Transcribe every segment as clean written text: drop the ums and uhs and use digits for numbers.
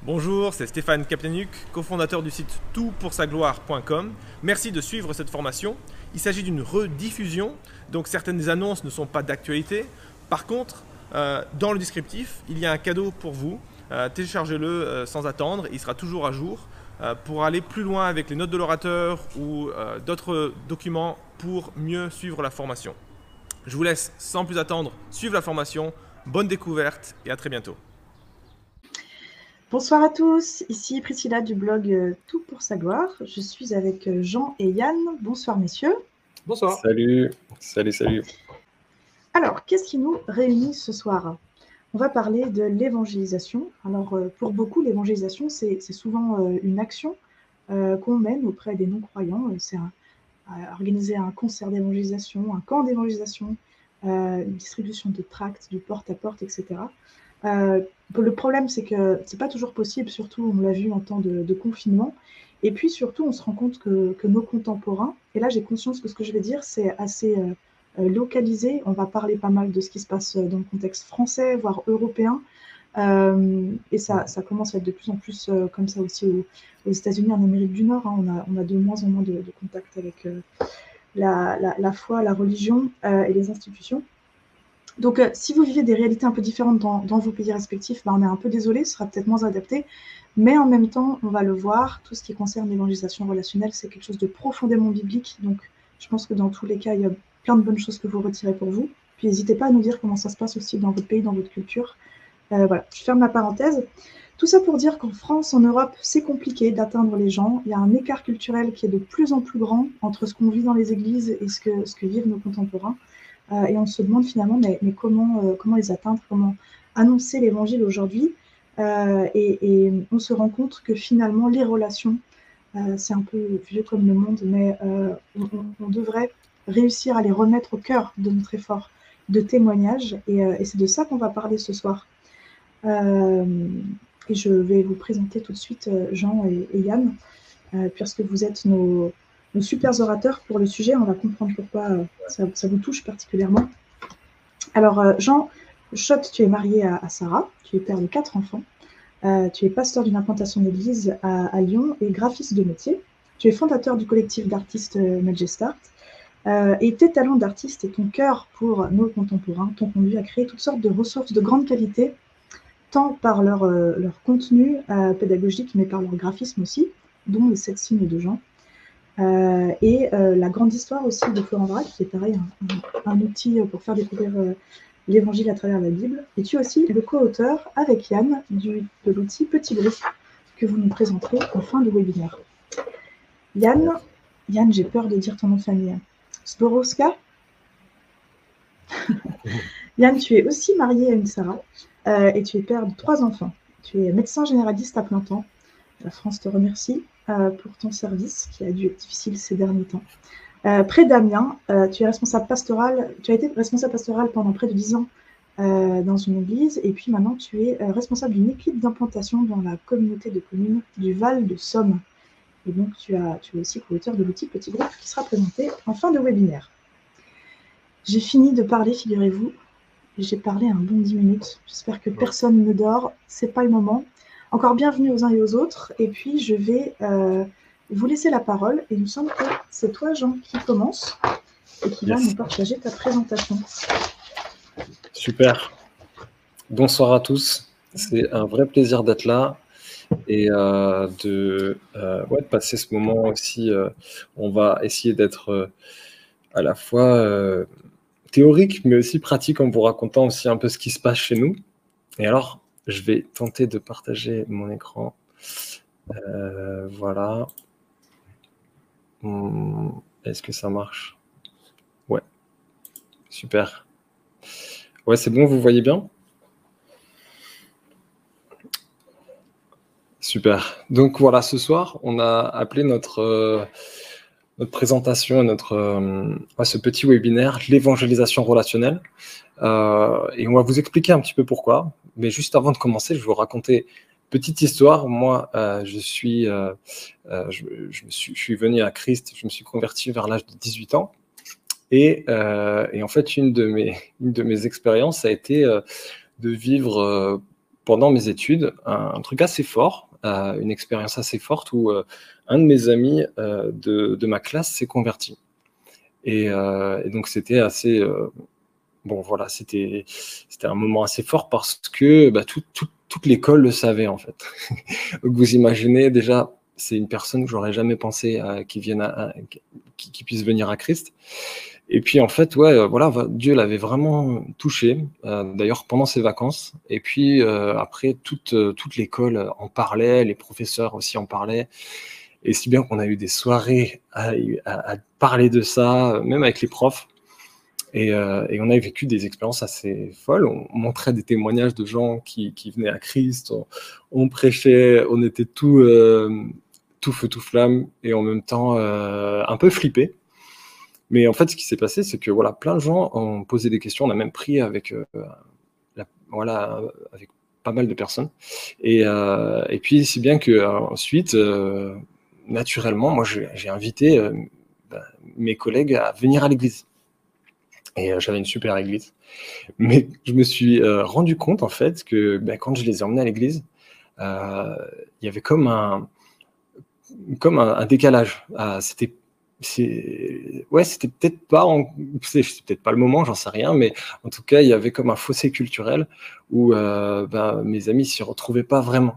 Bonjour, c'est Stéphane Kaplanuk, cofondateur du site toutpoursagloire.com. Merci de suivre cette formation. Il s'agit d'une rediffusion, donc certaines annonces ne sont pas d'actualité. Par contre, dans le descriptif, il y a un cadeau pour vous. Téléchargez-le sans attendre, il sera toujours à jour pour aller plus loin avec les notes de l'orateur ou d'autres documents pour mieux suivre la formation. Je vous laisse sans plus attendre suivre la formation. Bonne découverte et à très bientôt. Bonsoir à tous, ici Priscilla du blog Tout pour sa gloire. Je suis avec Jean et Yann. Bonsoir messieurs. Bonsoir. Salut, salut. Alors, qu'est-ce qui nous réunit ce soir? On va parler de l'évangélisation. Alors, pour beaucoup, l'évangélisation, c'est souvent une action qu'on mène auprès des non-croyants. C'est organiser un concert d'évangélisation, un camp d'évangélisation, une distribution de tracts, du porte-à-porte, etc. Le problème, c'est que c'est pas toujours possible, surtout on l'a vu en temps de confinement. Et puis surtout, on se rend compte que nos contemporains, et là j'ai conscience que ce que je vais dire, c'est assez localisé. On va parler pas mal de ce qui se passe dans le contexte français, voire européen. Et ça commence à être de plus en plus comme ça aussi aux États-Unis, en Amérique du Nord. Hein. On a de moins en moins de contact avec la foi, la religion et les institutions. Donc, si vous vivez des réalités un peu différentes dans vos pays respectifs, on est un peu désolé, ce sera peut-être moins adapté, mais en même temps, on va le voir, tout ce qui concerne l'évangélisation relationnelle, c'est quelque chose de profondément biblique, donc je pense que dans tous les cas, il y a plein de bonnes choses que vous retirez pour vous. Puis n'hésitez pas à nous dire comment ça se passe aussi dans votre pays, dans votre culture. Voilà, je ferme la parenthèse. Tout ça pour dire qu'en France, en Europe, c'est compliqué d'atteindre les gens. Il y a un écart culturel qui est de plus en plus grand entre ce qu'on vit dans les églises et ce que vivent nos contemporains. Et on se demande finalement, mais comment les atteindre, comment annoncer l'évangile aujourd'hui. Et on se rend compte que finalement, les relations, c'est un peu vieux comme le monde, mais on devrait réussir à les remettre au cœur de notre effort de témoignage. Et c'est de ça qu'on va parler ce soir. Et je vais vous présenter tout de suite Jean et Yann, puisque vous êtes nos super orateurs pour le sujet. On va comprendre pourquoi ça vous touche particulièrement. Alors, Jean Schott, tu es marié à Sarah, tu es père de 4 enfants, tu es pasteur d'une implantation d'église à Lyon et graphiste de métier. Tu es fondateur du collectif d'artistes Majestart. Et tes talents d'artiste et ton cœur pour nos contemporains t'ont conduit à créer toutes sortes de ressources de grande qualité, tant par leur contenu pédagogique, mais par leur graphisme aussi, dont les 7 signes de Jean. Et la grande histoire aussi de Florent Vrac, qui est pareil, un outil pour faire découvrir l'évangile à travers la Bible. Et tu es aussi le co-auteur avec Yann de l'outil Petit Groupe, que vous nous présenterez en fin de webinaire. Yann, j'ai peur de dire ton nom de famille. Zborowska. Yann, tu es aussi marié à une Sarah et tu es père de 3 enfants. Tu es médecin généraliste à plein temps. La France te remercie pour ton service qui a dû être difficile ces derniers temps. Près d'Amiens, tu as été responsable pastoral pendant près de 10 ans dans une église, et puis maintenant tu es responsable d'une équipe d'implantation dans la communauté de communes du Val de Somme. Et donc tu es aussi co-auteur de l'outil Petit Groupe qui sera présenté en fin de webinaire. J'ai fini de parler, figurez-vous. J'ai parlé un bon 10 minutes. J'espère que personne ne dort. C'est pas le moment. Encore bienvenue aux uns et aux autres. Et puis, je vais vous laisser la parole. Et il me semble que c'est toi, Jean, qui commence et qui va nous partager ta présentation. Super. Bonsoir à tous. C'est un vrai plaisir d'être là et de passer ce moment aussi. On va essayer d'être à la fois théorique, mais aussi pratique en vous racontant aussi un peu ce qui se passe chez nous. Et alors, je vais tenter de partager mon écran. Voilà. Est-ce que ça marche? Ouais. Super. Ouais, c'est bon, vous voyez bien? Super. Donc voilà, ce soir, on a appelé notre présentation, ce petit webinaire, l'évangélisation relationnelle. Et on va vous expliquer un petit peu pourquoi. Mais juste avant de commencer, je vais vous raconter petite histoire. Moi, je suis venu à Christ, je me suis converti vers l'âge de 18 ans. Et en fait, une de mes expériences, ça a été de vivre pendant mes études un truc assez fort, une expérience assez forte où un de mes amis de ma classe s'est converti. Et donc c'était assez... bon voilà, c'était un moment assez fort parce que toute l'école le savait en fait. Donc vous imaginez déjà, c'est une personne que j'aurais jamais pensé qui puisse venir à Christ. Et puis en fait, voilà, Dieu l'avait vraiment touché, d'ailleurs pendant ses vacances. Et puis après, toute l'école en parlait, les professeurs aussi en parlaient. Et si bien qu'on a eu des soirées à parler de ça, même avec les profs. Et on a vécu des expériences assez folles. On montrait des témoignages de gens qui venaient à Christ. On prêchait, on était tout feu, tout flamme, et en même temps un peu flippés. Mais en fait, ce qui s'est passé, c'est que voilà, plein de gens ont posé des questions. On a même pris avec avec pas mal de personnes. Et puis, si bien que ensuite, naturellement, moi, j'ai invité mes collègues à venir à l'église. Et j'avais une super église. Mais je me suis rendu compte, en fait, que quand je les ai emmenés à l'église, il y avait comme un décalage. C'était peut-être pas le moment, j'en sais rien, mais en tout cas, il y avait comme un fossé culturel où mes amis s'y retrouvaient pas vraiment.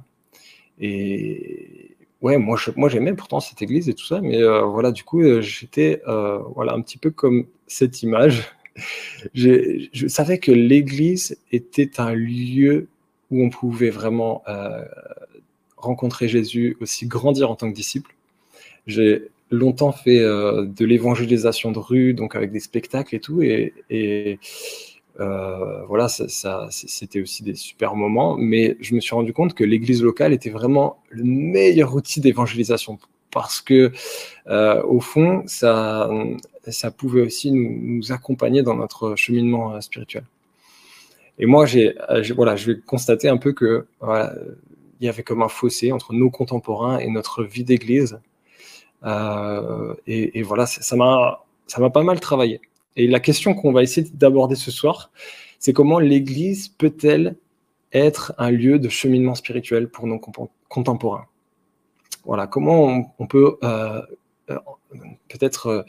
Et ouais, moi j'aimais pourtant cette église et tout ça, mais voilà, du coup, j'étais voilà, un petit peu comme cette image. Je savais que l'église était un lieu où on pouvait vraiment rencontrer Jésus, aussi grandir en tant que disciple. J'ai longtemps fait de l'évangélisation de rue, donc avec des spectacles et tout, et voilà, c'était aussi des super moments, mais je me suis rendu compte que l'église locale était vraiment le meilleur outil d'évangélisation, parce que au fond, ça pouvait aussi nous accompagner dans notre cheminement spirituel. Et moi, je vais constater un peu que voilà, il y avait comme un fossé entre nos contemporains et notre vie d'église. Et voilà, ça m'a pas mal travaillé. Et la question qu'on va essayer d'aborder ce soir, c'est comment l'Église peut-elle être un lieu de cheminement spirituel pour nos contemporains. Voilà, comment on peut peut-être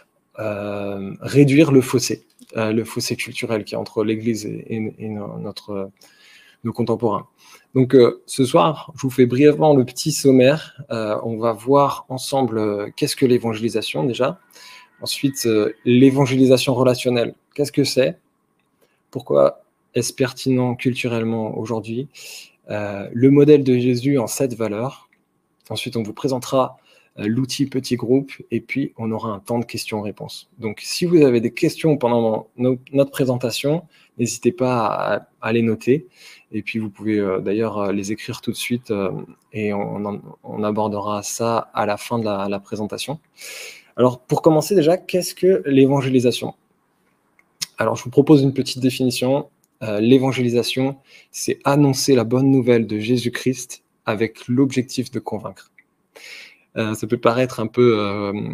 réduire le fossé culturel qui est entre l'Église et nos contemporains. Donc ce soir, je vous fais brièvement le petit sommaire. On va voir ensemble qu'est-ce que l'évangélisation déjà. Ensuite, l'évangélisation relationnelle. Qu'est-ce que c'est? Pourquoi est-ce pertinent culturellement aujourd'hui? Le modèle de Jésus en 7 valeurs. Ensuite, on vous présentera l'outil petit groupe et puis on aura un temps de questions-réponses. Donc si vous avez des questions pendant notre présentation, n'hésitez pas à les noter. Et puis vous pouvez d'ailleurs les écrire tout de suite et on abordera ça à la fin de la présentation. Alors pour commencer déjà, qu'est-ce que l'évangélisation? Alors je vous propose une petite définition. L'évangélisation, c'est annoncer la bonne nouvelle de Jésus-Christ avec l'objectif de convaincre. Ça peut paraître un peu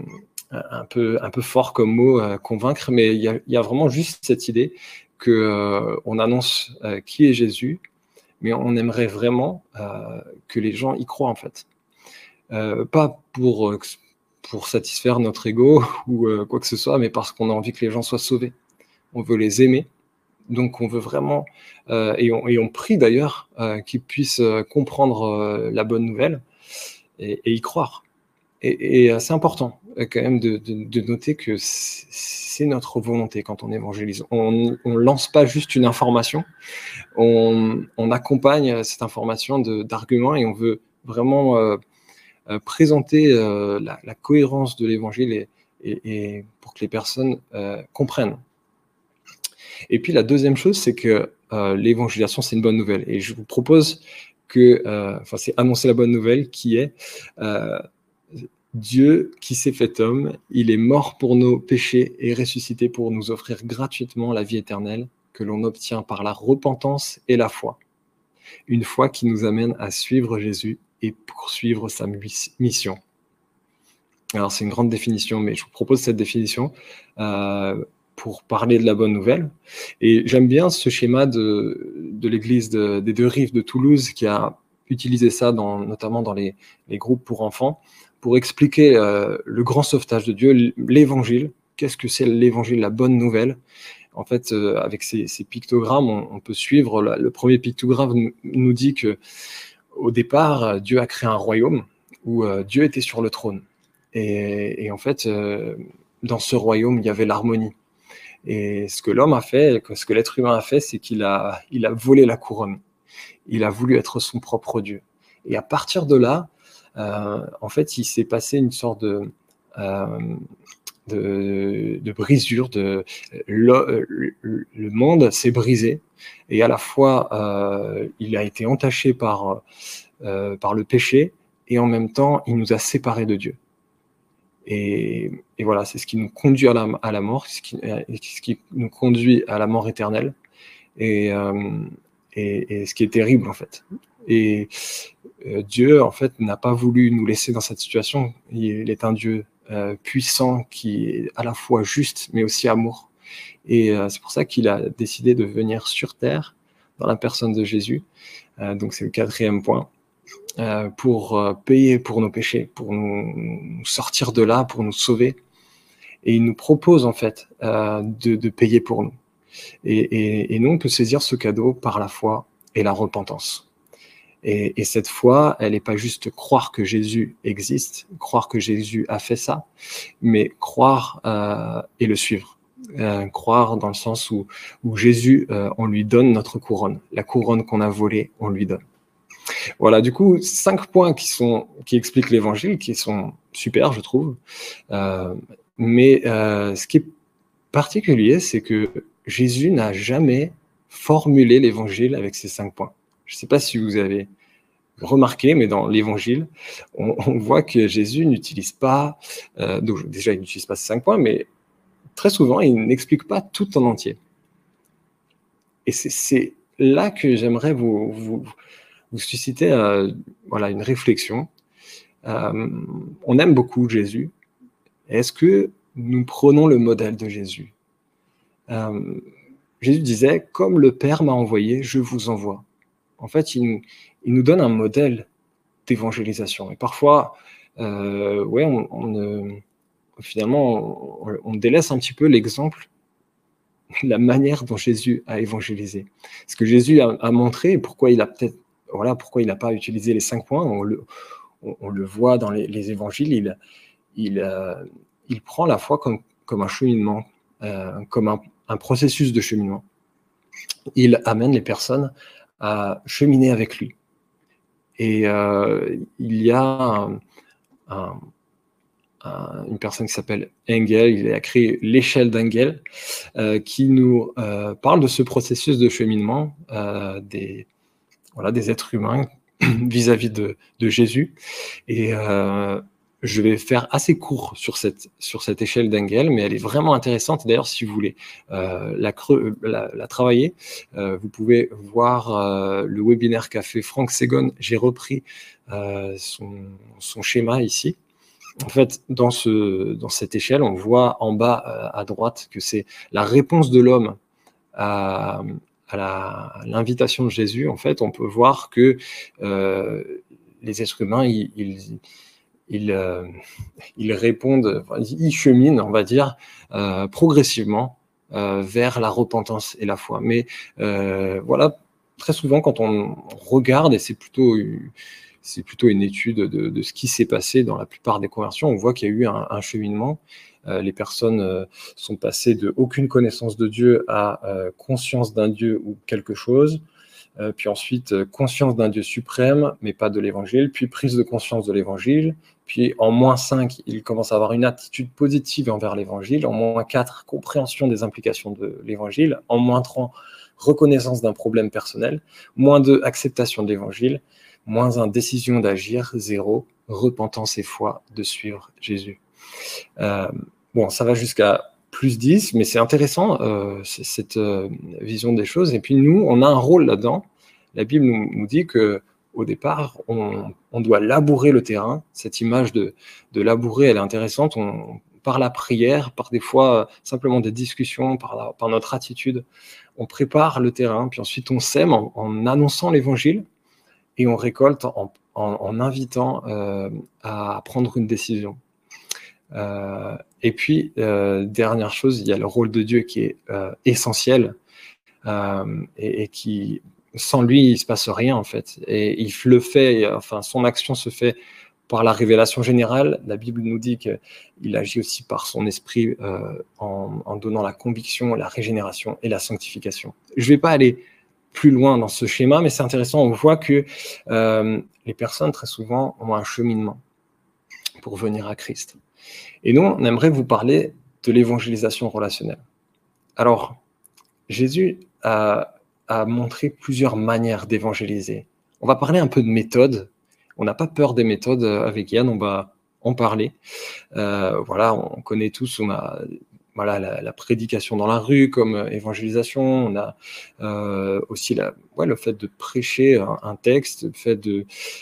fort comme mot, convaincre, mais il y a vraiment juste cette idée qu'on annonce qui est Jésus, mais on aimerait vraiment que les gens y croient en fait. Pas pour satisfaire notre ego ou quoi que ce soit, mais parce qu'on a envie que les gens soient sauvés. On veut les aimer, donc on veut vraiment, et on prie d'ailleurs qu'ils puissent comprendre la bonne nouvelle et y croire. Et c'est important quand même de noter que c'est notre volonté quand on évangélise. On lance pas juste une information, on accompagne cette information d'arguments et on veut vraiment présenter la cohérence de l'évangile et pour que les personnes comprennent. Et puis la deuxième chose, c'est que l'évangélisation, c'est une bonne nouvelle. Et je vous propose que, c'est annoncer la bonne nouvelle qui est Dieu qui s'est fait homme, il est mort pour nos péchés et ressuscité pour nous offrir gratuitement la vie éternelle que l'on obtient par la repentance et la foi. Une foi qui nous amène à suivre Jésus et poursuivre sa mission. Alors c'est une grande définition, mais je vous propose cette définition pour parler de la bonne nouvelle. Et j'aime bien ce schéma de l'église des Deux Rives de Toulouse qui a utilisé ça notamment dans les groupes pour enfants pour expliquer le grand sauvetage de Dieu, l'évangile. Qu'est-ce que c'est l'évangile, la bonne nouvelle? En fait, avec ces pictogrammes, on peut suivre. Le premier pictogramme nous dit que au départ, Dieu a créé un royaume où Dieu était sur le trône. Et en fait, dans ce royaume, il y avait l'harmonie. Et ce que l'homme a fait, ce que l'être humain a fait, c'est qu'il a volé la couronne. Il a voulu être son propre Dieu. Et à partir de là, en fait, il s'est passé une sorte de brisure. Le monde s'est brisé. Et à la fois, il a été entaché par le péché, et en même temps, il nous a séparés de Dieu. Et voilà, c'est ce qui nous conduit à la mort, ce qui nous conduit à la mort éternelle, et ce qui est terrible en fait. Et Dieu en fait n'a pas voulu nous laisser dans cette situation. Il est un Dieu puissant qui est à la fois juste mais aussi amour. Et c'est pour ça qu'il a décidé de venir sur terre dans la personne de Jésus. Donc c'est le 4e point. Pour payer pour nos péchés, pour nous sortir de là, pour nous sauver. Et il nous propose en fait de payer pour nous. Et nous, on peut saisir ce cadeau par la foi et la repentance. Et cette foi, elle n'est pas juste croire que Jésus existe, croire que Jésus a fait ça, mais croire et le suivre. Croire dans le sens où Jésus, on lui donne notre couronne. La couronne qu'on a volée, on lui donne. Voilà, du coup, 5 points qui expliquent l'évangile, qui sont super, je trouve. Mais ce qui est particulier, c'est que Jésus n'a jamais formulé l'évangile avec ces 5 points. Je ne sais pas si vous avez remarqué, mais dans l'évangile, on voit que Jésus n'utilise pas, donc déjà, il n'utilise pas ces 5 points, mais très souvent, il n'explique pas tout en entier. Et c'est là que j'aimerais vous susciter une réflexion. On aime beaucoup Jésus. Est-ce que nous prenons le modèle de Jésus? Jésus disait, comme le Père m'a envoyé, je vous envoie. En fait, il nous donne un modèle d'évangélisation. Et parfois, finalement, on délaisse un petit peu l'exemple, la manière dont Jésus a évangélisé. Ce que Jésus a montré, et pourquoi il n'a pas utilisé les 5 points, on le voit dans les évangiles, il prend la foi comme un cheminement, comme un processus de cheminement. Il amène les personnes à cheminer avec lui. Et il y a une personne qui s'appelle Engel, il a créé l'échelle d'Engel, qui nous parle de ce processus de cheminement des êtres humains vis-à-vis de Jésus. Et je vais faire assez court sur cette échelle d'Engel, mais elle est vraiment intéressante. D'ailleurs, si vous voulez la travailler, vous pouvez voir le webinaire qu'a fait Franck Segon. J'ai repris son schéma ici. En fait, dans cette échelle, on voit en bas à droite que c'est la réponse de l'homme à l'invitation de Jésus. En fait, on peut voir que les êtres humains, ils répondent, ils cheminent, on va dire, progressivement vers la repentance et la foi. Mais voilà, très souvent, quand on regarde, et c'est plutôt une étude de ce qui s'est passé dans la plupart des conversions, on voit qu'il y a eu un cheminement. Les personnes sont passées de aucune connaissance de Dieu à conscience d'un Dieu ou quelque chose, puis ensuite conscience d'un Dieu suprême, mais pas de l'évangile, puis prise de conscience de l'évangile, puis en -5, ils commencent à avoir une attitude positive envers l'évangile, en -4, compréhension des implications de l'évangile, en -3, reconnaissance d'un problème personnel, -2, acceptation de l'évangile, -1, décision d'agir, 0, repentance et foi de suivre Jésus. Bon, ça va jusqu'à +10, mais c'est intéressant, cette vision des choses. Et puis nous, on a un rôle là-dedans. La Bible nous dit qu'au départ, on doit labourer le terrain. Cette image de labourer, elle est intéressante. par la prière, par des fois simplement des discussions, par notre attitude, on prépare le terrain, puis ensuite on sème en annonçant l'évangile et on récolte en invitant à prendre une décision. Et puis, dernière chose, il y a le rôle de Dieu qui est essentiel et qui, sans lui, il ne se passe rien en fait. Et il le fait, enfin, son action se fait par la révélation générale. La Bible nous dit qu'il agit aussi par son esprit en donnant la conviction, la régénération et la sanctification. Je ne vais pas aller plus loin dans ce schéma, mais c'est intéressant, on voit que les personnes très souvent ont un cheminement pour venir à Christ. Et nous, on aimerait vous parler de l'évangélisation relationnelle. Alors, Jésus a montré plusieurs manières d'évangéliser. On va parler un peu de méthode. On n'a pas peur des méthodes avec Yann, on va en parler. Voilà, on connaît tous, on a la prédication dans la rue comme évangélisation. On a aussi le fait de prêcher un texte, le fait de...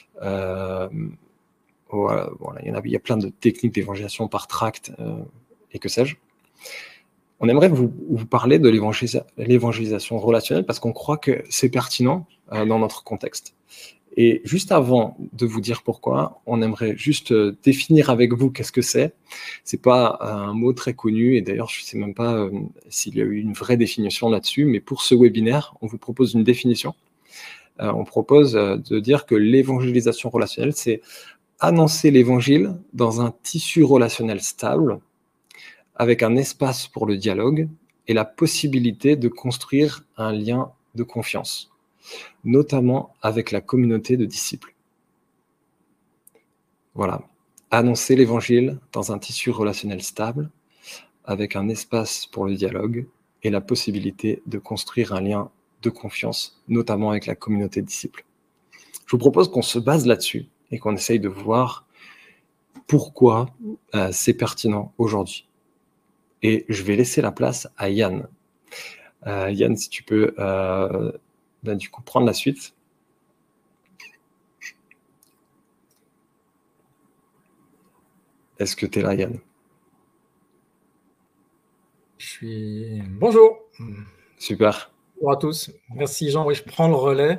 voilà, il y a plein de techniques d'évangélisation par tract et que sais-je. On aimerait vous parler de l'évangélisation relationnelle parce qu'on croit que c'est pertinent dans notre contexte. Et juste avant de vous dire pourquoi, on aimerait juste définir avec vous qu'est-ce que c'est. C'est pas un mot très connu et d'ailleurs je ne sais même pas s'il y a eu une vraie définition là-dessus, mais pour ce webinaire, on vous propose une définition. On propose de dire que l'évangélisation relationnelle, c'est annoncer l'évangile dans un tissu relationnel stable, avec un espace pour le dialogue et la possibilité de construire un lien de confiance, notamment avec la communauté de disciples. Voilà, annoncer l'évangile dans un tissu relationnel stable, avec un espace pour le dialogue et la possibilité de construire un lien de confiance, notamment avec la communauté de disciples. Je vous propose qu'on se base là-dessus et qu'on essaye de voir pourquoi c'est pertinent aujourd'hui. Et je vais laisser la place à Yann. Yann, si tu peux du coup prendre la suite. Est-ce que tu es là, Yann? Bonjour. Super. Bonjour à tous. Merci Jean. Oui, je prends le relais.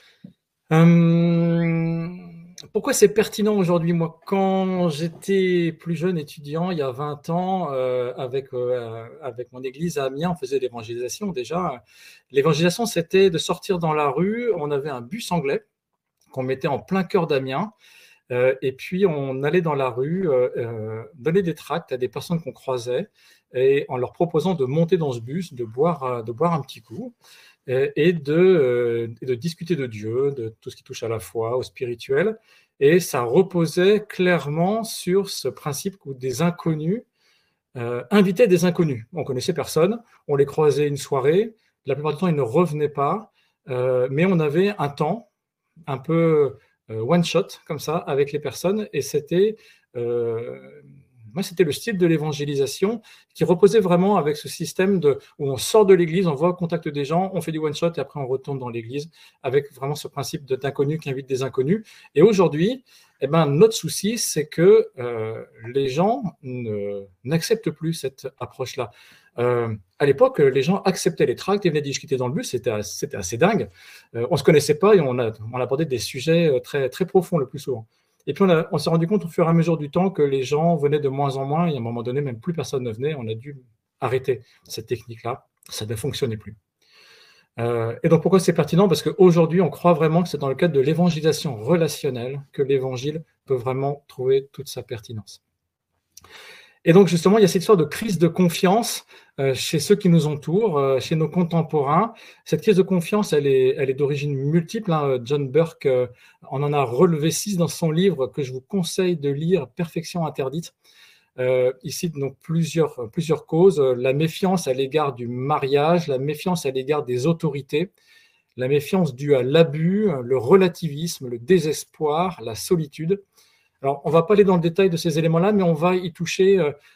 Pourquoi c'est pertinent aujourd'hui? Moi, quand j'étais plus jeune étudiant, il y a 20 ans, avec mon église à Amiens, on faisait l'évangélisation déjà. L'évangélisation, c'était de sortir dans la rue. On avait un bus anglais qu'on mettait en plein cœur d'Amiens. Et puis, on allait dans la rue donner des tracts à des personnes qu'on croisait et en leur proposant de monter dans ce bus, de boire un petit coup et de discuter de Dieu, de tout ce qui touche à la foi, au spirituel. Et ça reposait clairement sur ce principe où des inconnus invitaient des inconnus. On ne connaissait personne, on les croisait une soirée, la plupart du temps, ils ne revenaient pas, mais on avait un temps un peu one shot comme ça avec les personnes et c'était le style de l'évangélisation qui reposait vraiment avec ce système où on sort de l'église, on va au contact des gens, on fait du one shot et après on retourne dans l'église avec vraiment ce principe d'inconnus qui invite des inconnus. Et aujourd'hui, notre souci, c'est que les gens n'acceptent plus cette approche-là. À l'époque, les gens acceptaient les tracts et venaient discuter dans le bus, c'était assez dingue. On ne se connaissait pas et on abordait des sujets très, très profonds le plus souvent. Et puis on s'est rendu compte au fur et à mesure du temps que les gens venaient de moins en moins et à un moment donné, même plus personne ne venait. On a dû arrêter cette technique-là, ça ne fonctionnait plus. Et donc pourquoi c'est pertinent? Parce qu'aujourd'hui, on croit vraiment que c'est dans le cadre de l'évangélisation relationnelle que l'évangile peut vraiment trouver toute sa pertinence. Et donc justement, il y a cette histoire de crise de confiance chez ceux qui nous entourent, chez nos contemporains. Cette crise de confiance, elle est d'origine multiple. John Burke en a relevé 6 dans son livre que je vous conseille de lire, Perfection interdite. Il cite donc plusieurs causes. La méfiance à l'égard du mariage, la méfiance à l'égard des autorités, la méfiance due à l'abus, le relativisme, le désespoir, la solitude. Alors, on ne va pas aller dans le détail de ces éléments-là, mais on va y toucher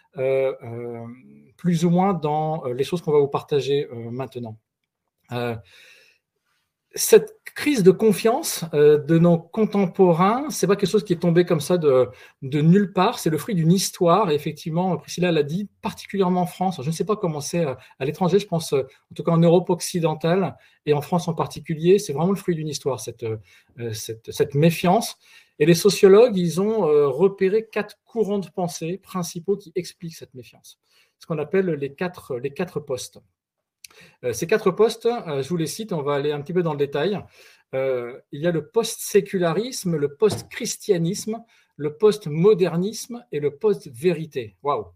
plus ou moins dans les choses qu'on va vous partager maintenant. Cette crise de confiance de nos contemporains, c'est pas quelque chose qui est tombé comme ça de nulle part, c'est le fruit d'une histoire, et effectivement, Priscilla l'a dit, particulièrement en France. Je ne sais pas comment c'est à l'étranger, je pense, en tout cas en Europe occidentale, et en France en particulier, c'est vraiment le fruit d'une histoire, cette méfiance. Et les sociologues, ils ont repéré 4 courants de pensée principaux qui expliquent cette méfiance, ce qu'on appelle les quatre postes. Ces 4 postes, je vous les cite, on va aller un petit peu dans le détail. Il y a le post-sécularisme, le post-christianisme, le post-modernisme et le post-vérité. Waouh!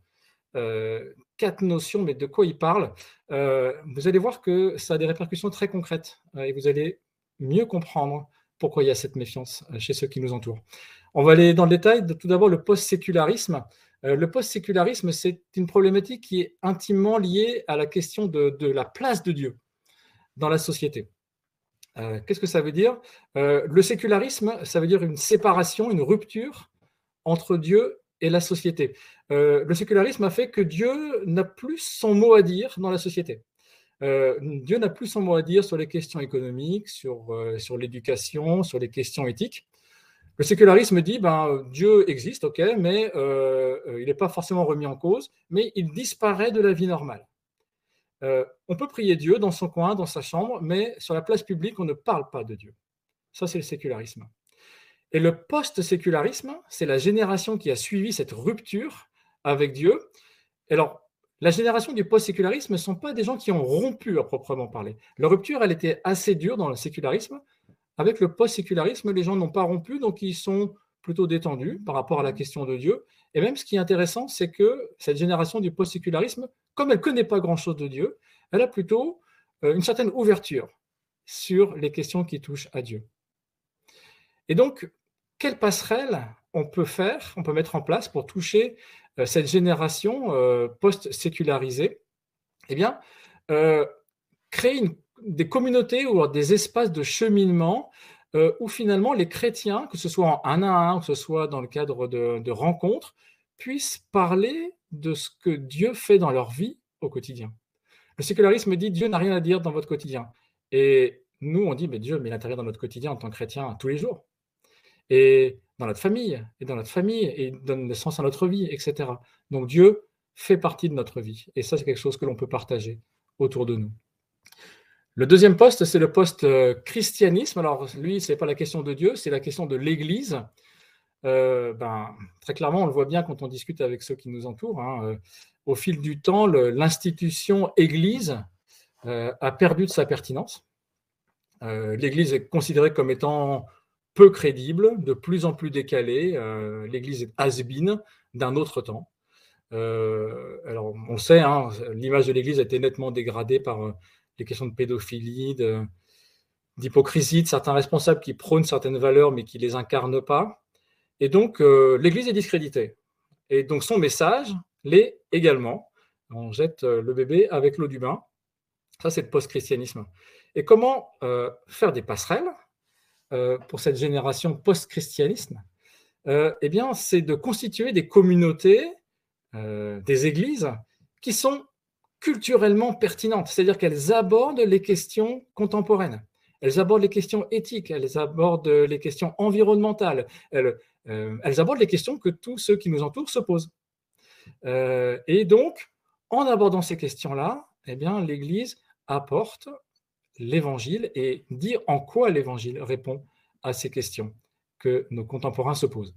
4 notions, mais de quoi ils parlent? Vous allez voir que ça a des répercussions très concrètes et vous allez mieux comprendre pourquoi il y a cette méfiance chez ceux qui nous entourent. On va aller dans le détail. Tout d'abord, le post-sécularisme. Le post-sécularisme, c'est une problématique qui est intimement liée à la question de la place de Dieu dans la société. Qu'est-ce que ça veut dire? Le sécularisme, ça veut dire une séparation, une rupture entre Dieu et la société. Le sécularisme a fait que Dieu n'a plus son mot à dire dans la société. Dieu n'a plus son mot à dire sur les questions économiques, sur l'éducation, sur les questions éthiques. Le sécularisme dit Dieu existe, ok, mais il n'est pas forcément remis en cause, mais il disparaît de la vie normale. On peut prier Dieu dans son coin, dans sa chambre, mais sur la place publique, on ne parle pas de Dieu. Ça, c'est le sécularisme. Et le post-sécularisme, c'est la génération qui a suivi cette rupture avec Dieu. Alors, la génération du post-sécularisme ne sont pas des gens qui ont rompu à proprement parler. La rupture, elle était assez dure dans le sécularisme. Avec le post-sécularisme, les gens n'ont pas rompu, donc ils sont plutôt détendus par rapport à la question de Dieu. Et même ce qui est intéressant, c'est que cette génération du post-sécularisme, comme elle ne connaît pas grand-chose de Dieu, elle a plutôt une certaine ouverture sur les questions qui touchent à Dieu. Et donc, quelle passerelle on peut mettre en place pour toucher cette génération post-sécularisée? Eh bien, créer des communautés ou des espaces de cheminement où finalement les chrétiens, que ce soit en 1 à 1, que ce soit dans le cadre de rencontres, puissent parler de ce que Dieu fait dans leur vie au quotidien. Le sécularisme dit Dieu n'a rien à dire dans votre quotidien. Et nous, on dit mais Dieu, mais il intervient dans notre quotidien en tant que chrétien tous les jours. Et dans notre famille, et donne le sens à notre vie, etc. Donc Dieu fait partie de notre vie. Et ça, c'est quelque chose que l'on peut partager autour de nous. Le deuxième poste, c'est le post-christianisme. Alors lui, ce n'est pas la question de Dieu, c'est la question de l'Église. Très clairement, on le voit bien quand on discute avec ceux qui nous entourent. Au fil du temps, l'institution Église a perdu de sa pertinence. L'Église est considérée comme étant peu crédible, de plus en plus décalée. L'Église est has-been d'un autre temps. Alors, on le sait, l'image de l'Église a été nettement dégradée par les questions de pédophilie, d'hypocrisie de certains responsables qui prônent certaines valeurs mais qui ne les incarnent pas. Et donc, l'Église est discréditée. Et donc, son message l'est également. On jette le bébé avec l'eau du bain. Ça, c'est le post-christianisme. Et comment faire des passerelles pour cette génération post-christianisme? Eh bien, c'est de constituer des communautés, des églises qui sont culturellement pertinentes, c'est-à-dire qu'elles abordent les questions contemporaines, elles abordent les questions éthiques, elles abordent les questions environnementales, elles abordent les questions que tous ceux qui nous entourent se posent. Et donc, en abordant ces questions-là, eh bien, l'Église apporte l'Évangile et dit en quoi l'Évangile répond à ces questions que nos contemporains se posent.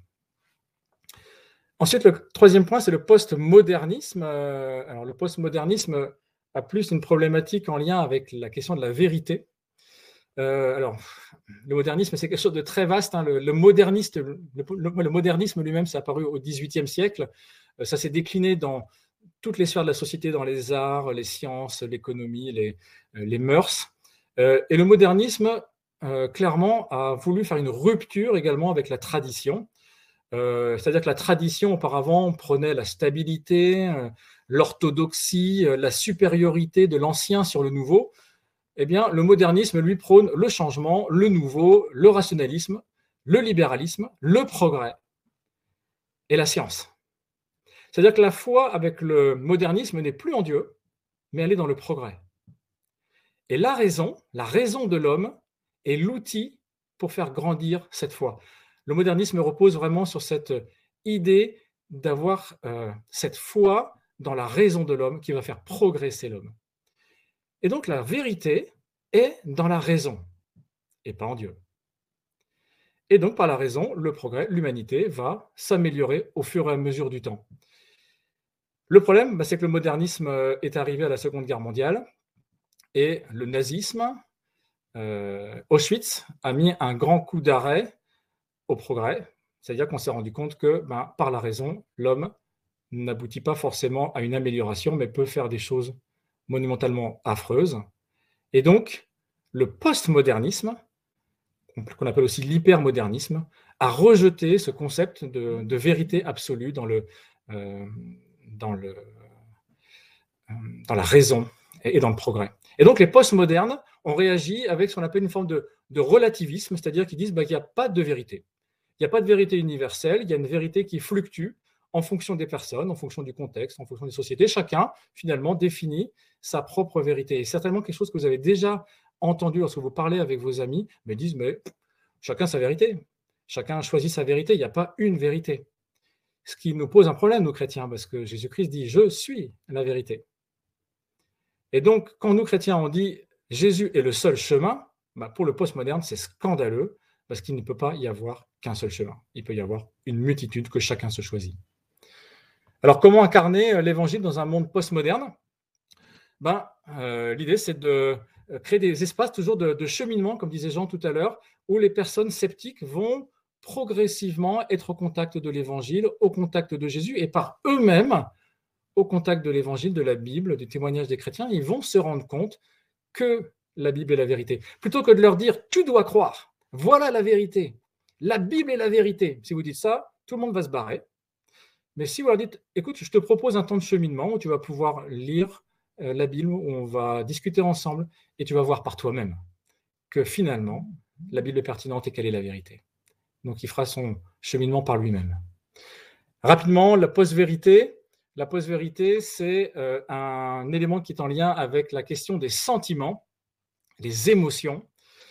Ensuite, le troisième point, c'est le postmodernisme. Alors, le postmodernisme a plus une problématique en lien avec la question de la vérité. Alors, le modernisme, c'est quelque chose de très vaste. Le modernisme lui-même, c'est apparu au XVIIIe siècle. Ça s'est décliné dans toutes les sphères de la société, dans les arts, les sciences, l'économie, les mœurs. Et le modernisme, clairement, a voulu faire une rupture également avec la tradition. C'est-à-dire que la tradition, auparavant, prenait la stabilité, l'orthodoxie, la supériorité de l'ancien sur le nouveau. Eh bien, le modernisme, lui, prône le changement, le nouveau, le rationalisme, le libéralisme, le progrès et la science. C'est-à-dire que la foi avec le modernisme n'est plus en Dieu, mais elle est dans le progrès. Et la raison de l'homme est l'outil pour faire grandir cette foi. Le modernisme repose vraiment sur cette idée d'avoir cette foi dans la raison de l'homme qui va faire progresser l'homme. Et donc la vérité est dans la raison et pas en Dieu. Et donc par la raison, le progrès, l'humanité va s'améliorer au fur et à mesure du temps. Le problème, c'est que le modernisme est arrivé à la Seconde Guerre mondiale et le nazisme, Auschwitz, a mis un grand coup d'arrêt au progrès. C'est-à-dire qu'on s'est rendu compte que par la raison, l'homme n'aboutit pas forcément à une amélioration, mais peut faire des choses monumentalement affreuses. Et donc, le postmodernisme, qu'on appelle aussi l'hypermodernisme, a rejeté ce concept de vérité absolue dans la raison et dans le progrès. Et donc, les postmodernes ont réagi avec ce qu'on appelle une forme de relativisme, c'est-à-dire qu'ils disent qu'il n'y a pas de vérité. Il n'y a pas de vérité universelle, il y a une vérité qui fluctue en fonction des personnes, en fonction du contexte, en fonction des sociétés. Chacun, finalement, définit sa propre vérité. Et certainement quelque chose que vous avez déjà entendu lorsque vous parlez avec vos amis, mais disent, mais chacun sa vérité. Chacun choisit sa vérité, il n'y a pas une vérité. Ce qui nous pose un problème, nous chrétiens, parce que Jésus-Christ dit « Je suis la vérité ». Et donc, quand nous chrétiens, on dit « Jésus est le seul chemin », pour le postmoderne, c'est scandaleux, parce qu'il ne peut pas y avoir qu'un seul chemin. Il peut y avoir une multitude que chacun se choisit. Alors, comment incarner l'évangile dans un monde postmoderne ? L'idée, c'est de créer des espaces toujours de cheminement, comme disait Jean tout à l'heure, où les personnes sceptiques vont progressivement être au contact de l'évangile, au contact de Jésus, et par eux-mêmes, au contact de l'évangile, de la Bible, des témoignages des chrétiens, ils vont se rendre compte que la Bible est la vérité. Plutôt que de leur dire « tu dois croire, voilà la vérité, la Bible est la vérité ». Si vous dites ça, tout le monde va se barrer. Mais si vous leur dites « écoute, je te propose un temps de cheminement où tu vas pouvoir lire la Bible, où on va discuter ensemble, et tu vas voir par toi-même que finalement, la Bible est pertinente et quelle est la vérité ». Donc, il fera son cheminement par lui-même. Rapidement, la post-vérité. La post-vérité, c'est un élément qui est en lien avec la question des sentiments, des émotions.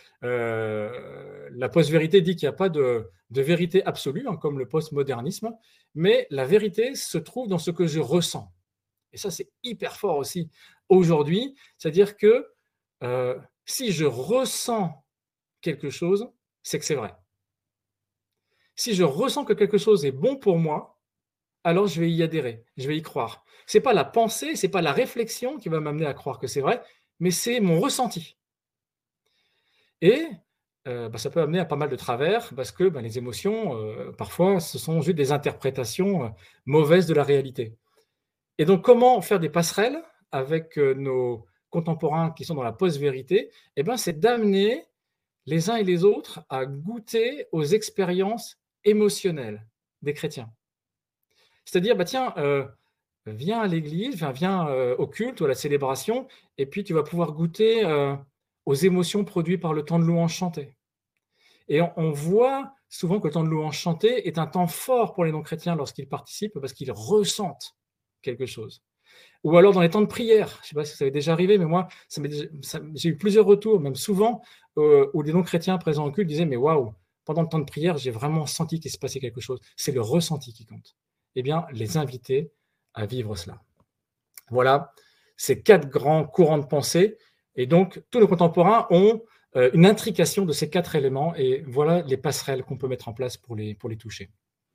La post-vérité dit qu'il n'y a pas de vérité absolue, comme le post-modernisme, mais la vérité se trouve dans ce que je ressens. Et ça, c'est hyper fort aussi aujourd'hui. C'est-à-dire que si je ressens quelque chose, c'est que c'est vrai. Si je ressens que quelque chose est bon pour moi, alors je vais y adhérer, je vais y croire. Ce n'est pas la pensée, ce n'est pas la réflexion qui va m'amener à croire que c'est vrai, mais c'est mon ressenti. Et ça peut amener à pas mal de travers, parce que les émotions, parfois, ce sont juste des interprétations mauvaises de la réalité. Et donc, comment faire des passerelles avec nos contemporains qui sont dans la post-vérité ? C'est d'amener les uns et les autres à goûter aux expériences émotionnelles des chrétiens. C'est-à-dire, viens à l'église, viens au culte ou à la célébration, et puis tu vas pouvoir goûter aux émotions produites par le temps de louange chanté. Et on voit souvent que le temps de louange chanté est un temps fort pour les non-chrétiens lorsqu'ils participent, parce qu'ils ressentent quelque chose. Ou alors dans les temps de prière, je ne sais pas si ça avait déjà arrivé, mais moi, j'ai eu plusieurs retours, même souvent, où les non-chrétiens présents au culte disaient « mais waouh, pendant le temps de prière, j'ai vraiment senti qu'il se passait quelque chose ». C'est le ressenti qui compte. Eh bien, les inviter à vivre cela. Voilà ces 4 grands courants de pensée. Et donc, tous nos contemporains ont une intrication de ces 4 éléments. Et voilà les passerelles qu'on peut mettre en place pour les toucher.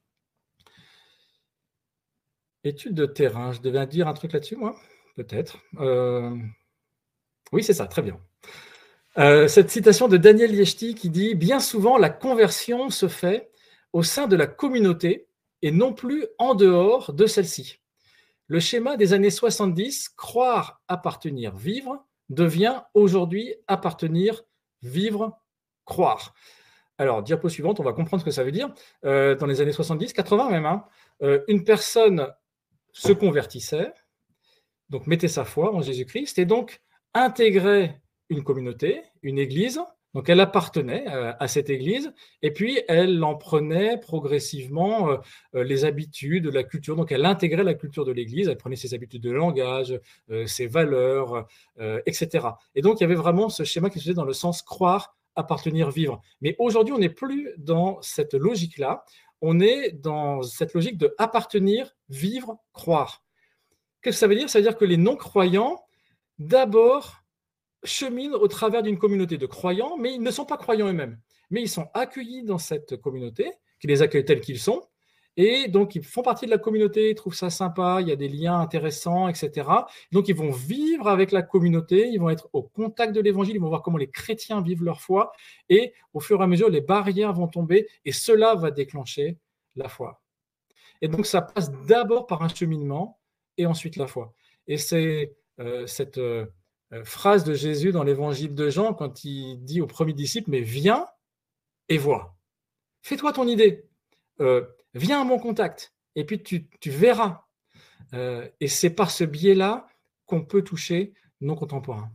Étude de terrain. Je devais dire un truc là-dessus, moi ? Peut-être. Oui, c'est ça. Très bien. Cette citation de Daniel Liechti qui dit « Bien souvent, la conversion se fait au sein de la communauté et non plus en dehors de celle-ci. Le schéma des années 70, croire, appartenir, vivre, devient aujourd'hui appartenir, vivre, croire. » Alors, diapo suivante, on va comprendre ce que ça veut dire. Dans les années 70, 80 même, une personne se convertissait, donc mettait sa foi en Jésus-Christ, et donc intégrait une communauté, une église. Donc, elle appartenait à cette église, et puis elle en prenait progressivement les habitudes, la culture. Donc, elle intégrait la culture de l'église, elle prenait ses habitudes de langage, ses valeurs, etc. Et donc, il y avait vraiment ce schéma qui se faisait dans le sens croire, appartenir, vivre. Mais aujourd'hui, on n'est plus dans cette logique-là. On est dans cette logique de appartenir, vivre, croire. Qu'est-ce que ça veut dire? Ça veut dire que les non-croyants, d'abord, cheminent au travers d'une communauté de croyants, mais ils ne sont pas croyants eux-mêmes. Mais ils sont accueillis dans cette communauté, qui les accueille tels qu'ils sont, et donc ils font partie de la communauté, ils trouvent ça sympa, il y a des liens intéressants, etc. Donc ils vont vivre avec la communauté, ils vont être au contact de l'évangile, ils vont voir comment les chrétiens vivent leur foi, et au fur et à mesure, les barrières vont tomber, et cela va déclencher la foi. Et donc ça passe d'abord par un cheminement, et ensuite la foi. Et c'est cette phrase de Jésus dans l'évangile de Jean, quand il dit au premier disciple, mais viens et vois. Fais-toi ton idée. Viens à mon contact. Et puis tu verras. Et c'est par ce biais-là qu'on peut toucher nos contemporains.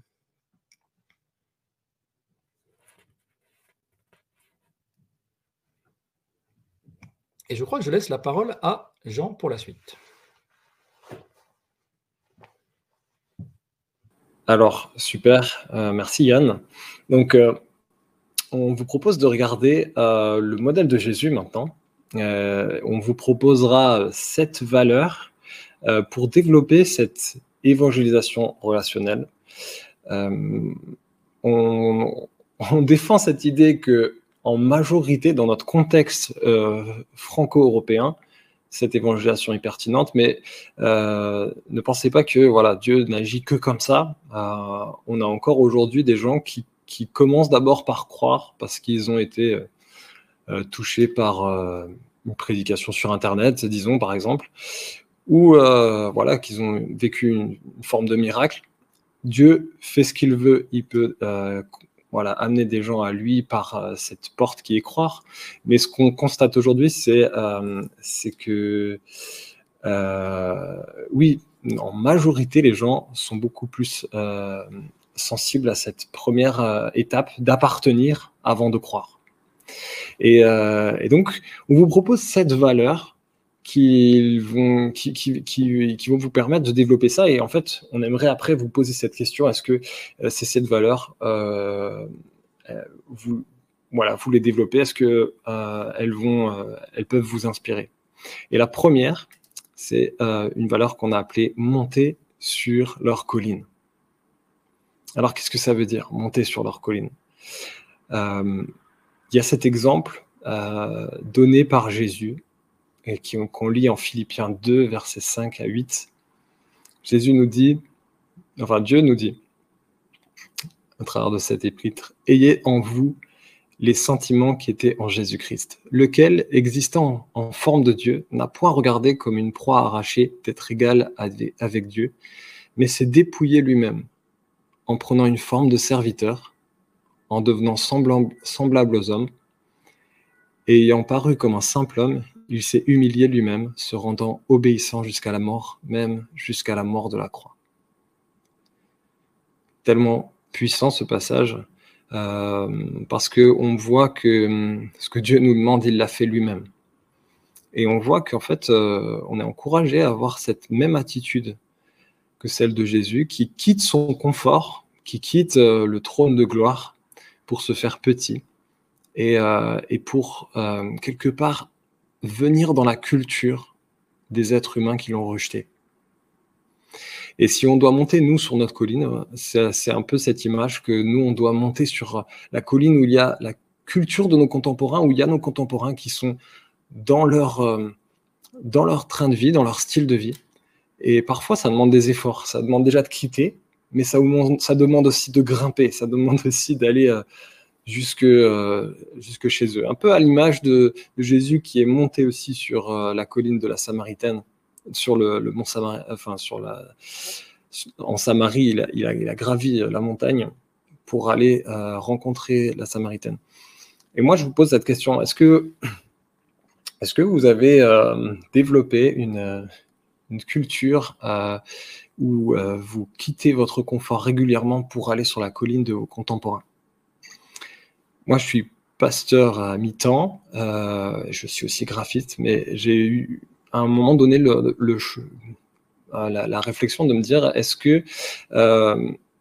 Et je crois que je laisse la parole à Jean pour la suite. Alors, super, merci Yann. Donc, on vous propose de regarder le modèle de Jésus maintenant. On vous proposera 7 valeurs pour développer cette évangélisation relationnelle. On défend cette idée que, en majorité, dans notre contexte franco-européen, cette évangélisation est pertinente, mais ne pensez pas que voilà, Dieu n'agit que comme ça. On a encore aujourd'hui des gens qui commencent d'abord par croire parce qu'ils ont été touchés par une prédication sur Internet, disons par exemple, ou voilà, qu'ils ont vécu une forme de miracle. Dieu fait ce qu'il veut, il peut voilà, amener des gens à lui par cette porte qui est croire. Mais ce qu'on constate aujourd'hui, c'est que, oui, en majorité, les gens sont beaucoup plus sensibles à cette première étape d'appartenir avant de croire. Et donc, on vous propose 7 valeurs qui vont vous permettre de développer ça. Et en fait, on aimerait après vous poser cette question, est-ce que ces 7 valeurs, vous les développez, est-ce que elles peuvent vous inspirer? Et la première, c'est une valeur qu'on a appelée monter sur leur colline. Alors, qu'est-ce que ça veut dire, monter sur leur colline? Il y a cet exemple donné par Jésus, et qu'on lit en Philippiens 2, versets 5 à 8. Dieu nous dit, à travers de cet épître, « Ayez en vous les sentiments qui étaient en Jésus-Christ, lequel, existant en forme de Dieu, n'a point regardé comme une proie arrachée d'être égal avec Dieu, mais s'est dépouillé lui-même, en prenant une forme de serviteur, en devenant semblable aux hommes, et ayant paru comme un simple homme, il s'est humilié lui-même, se rendant obéissant jusqu'à la mort, même jusqu'à la mort de la croix. » Tellement puissant ce passage, parce qu'on voit que ce que Dieu nous demande, il l'a fait lui-même. Et on voit qu'en fait, on est encouragé à avoir cette même attitude que celle de Jésus, qui quitte son confort, qui quitte le trône de gloire pour se faire petit, et pour, quelque part, venir dans la culture des êtres humains qui l'ont rejeté. Et si on doit monter, nous, sur notre colline, c'est un peu cette image que nous, on doit monter sur la colline où il y a la culture de nos contemporains, où il y a nos contemporains qui sont dans leur train de vie, dans leur style de vie. Et parfois, ça demande des efforts. Ça demande déjà de quitter, mais ça demande aussi de grimper. Ça demande aussi d'aller jusque chez eux. Un peu à l'image de Jésus qui est monté aussi sur la colline de la Samaritaine, sur le mont Samarie, enfin en Samarie, il a gravi la montagne pour aller rencontrer la Samaritaine. Et moi, je vous pose cette question, est-ce que vous avez développé une culture où vous quittez votre confort régulièrement pour aller sur la colline de vos contemporains? Moi, je suis pasteur à mi-temps, je suis aussi graphiste, mais j'ai eu à un moment donné la réflexion de me dire, est-ce que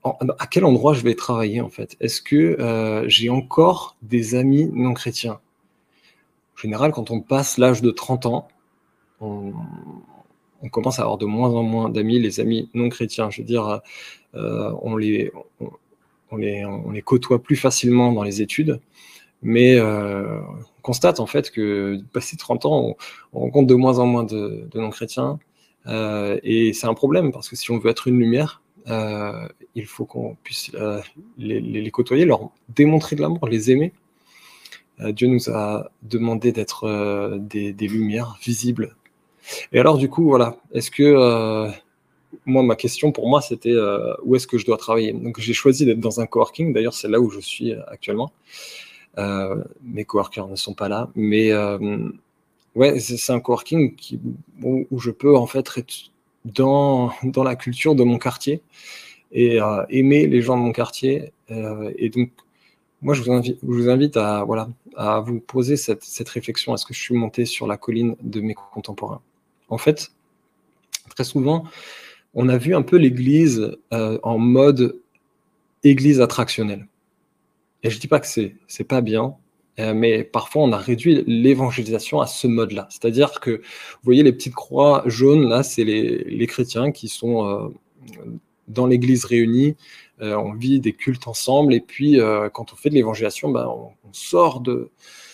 à quel endroit je vais travailler en fait? Est-ce que j'ai encore des amis non chrétiens? En général, quand on passe l'âge de 30 ans, on commence à avoir de moins en moins d'amis, les amis non chrétiens. Je veux dire, on les côtoie plus facilement dans les études, mais on constate en fait que passé 30 ans, on rencontre de moins en moins de non chrétiens, et c'est un problème parce que si on veut être une lumière, il faut qu'on puisse les côtoyer, leur démontrer de l'amour, les aimer. Dieu nous a demandé d'être des lumières visibles. Et alors du coup, voilà, est-ce que moi, ma question pour moi, c'était où est-ce que je dois travailler? Donc j'ai choisi d'être dans un coworking, d'ailleurs c'est là où je suis actuellement. Mes coworkers ne sont pas là, mais ouais, c'est un coworking où je peux en fait être dans la culture de mon quartier et aimer les gens de mon quartier. Et donc, moi, je vous invite à, voilà, à vous poser cette réflexion. Est-ce que je suis monté sur la colline de mes contemporains? En fait, très souvent, on a vu un peu l'Église en mode Église attractionnelle. Et je ne dis pas que c'est pas bien, mais parfois on a réduit l'évangélisation à ce mode-là. C'est-à-dire que, vous voyez les petites croix jaunes, là, c'est les chrétiens qui sont dans l'église réunie, on vit des cultes ensemble, et puis quand on fait de l'évangélisation, ben, on sort de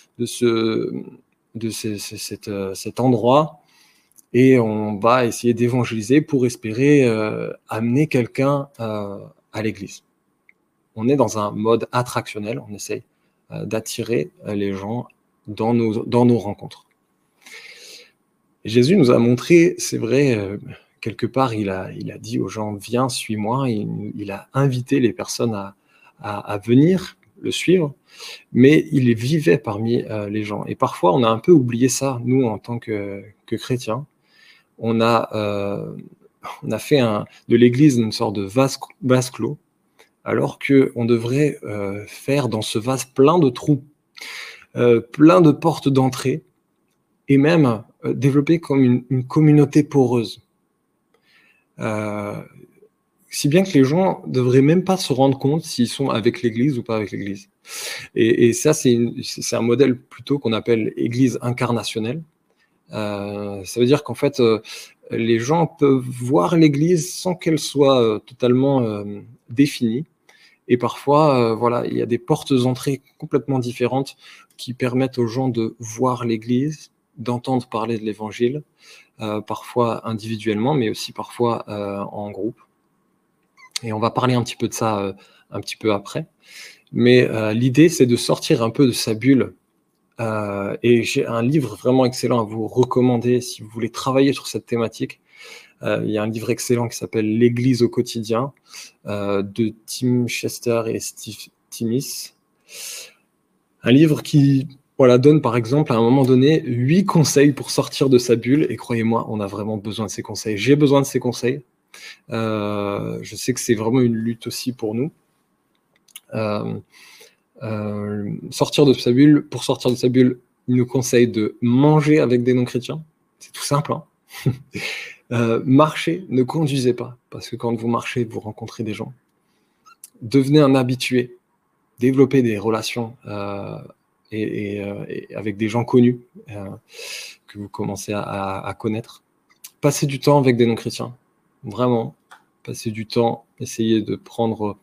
cet endroit, et on va essayer d'évangéliser pour espérer amener quelqu'un à l'église. On est dans un mode attractionnel, on essaye d'attirer les gens dans nos rencontres. Et Jésus nous a montré, c'est vrai, quelque part, il a dit aux gens, viens, suis-moi, il a invité les personnes à venir le suivre, mais il vivait parmi les gens. Et parfois, on a un peu oublié ça, nous, en tant que chrétiens. On a fait de l'Église une sorte de vase clos, alors qu'on devrait faire dans ce vase plein de trous, plein de portes d'entrée, et même développer comme une communauté poreuse. Si bien que les gens ne devraient même pas se rendre compte s'ils sont avec l'Église ou pas avec l'Église. Et ça, c'est un modèle plutôt qu'on appelle Église incarnationnelle. Ça veut dire qu'en fait, les gens peuvent voir l'Église sans qu'elle soit totalement définie. Et parfois, voilà, il y a des portes d'entrée complètement différentes qui permettent aux gens de voir l'Église, d'entendre parler de l'Évangile, parfois individuellement, mais aussi parfois en groupe. Et on va parler un petit peu de ça un petit peu après. Mais l'idée, c'est de sortir un peu de sa bulle. Et j'ai un livre vraiment excellent à vous recommander si vous voulez travailler sur cette thématique. Il y a un livre excellent qui s'appelle L'Église au quotidien de Tim Chester et Steve Timmis. Un livre qui donne par exemple à un moment donné 8 conseils pour sortir de sa bulle. Et croyez-moi, on a vraiment besoin de ces conseils. J'ai besoin de ces conseils. Je sais que c'est vraiment une lutte aussi pour nous. Sortir de sa bulle, pour sortir de sa bulle, il nous conseille de manger avec des non-chrétiens. C'est tout simple, hein. Marchez, ne conduisez pas, parce que quand vous marchez, vous rencontrez des gens. Devenez un habitué, développez des relations et avec des gens connus que vous commencez à connaître. Passez du temps avec des non-chrétiens, vraiment. Passez du temps, essayez de prendre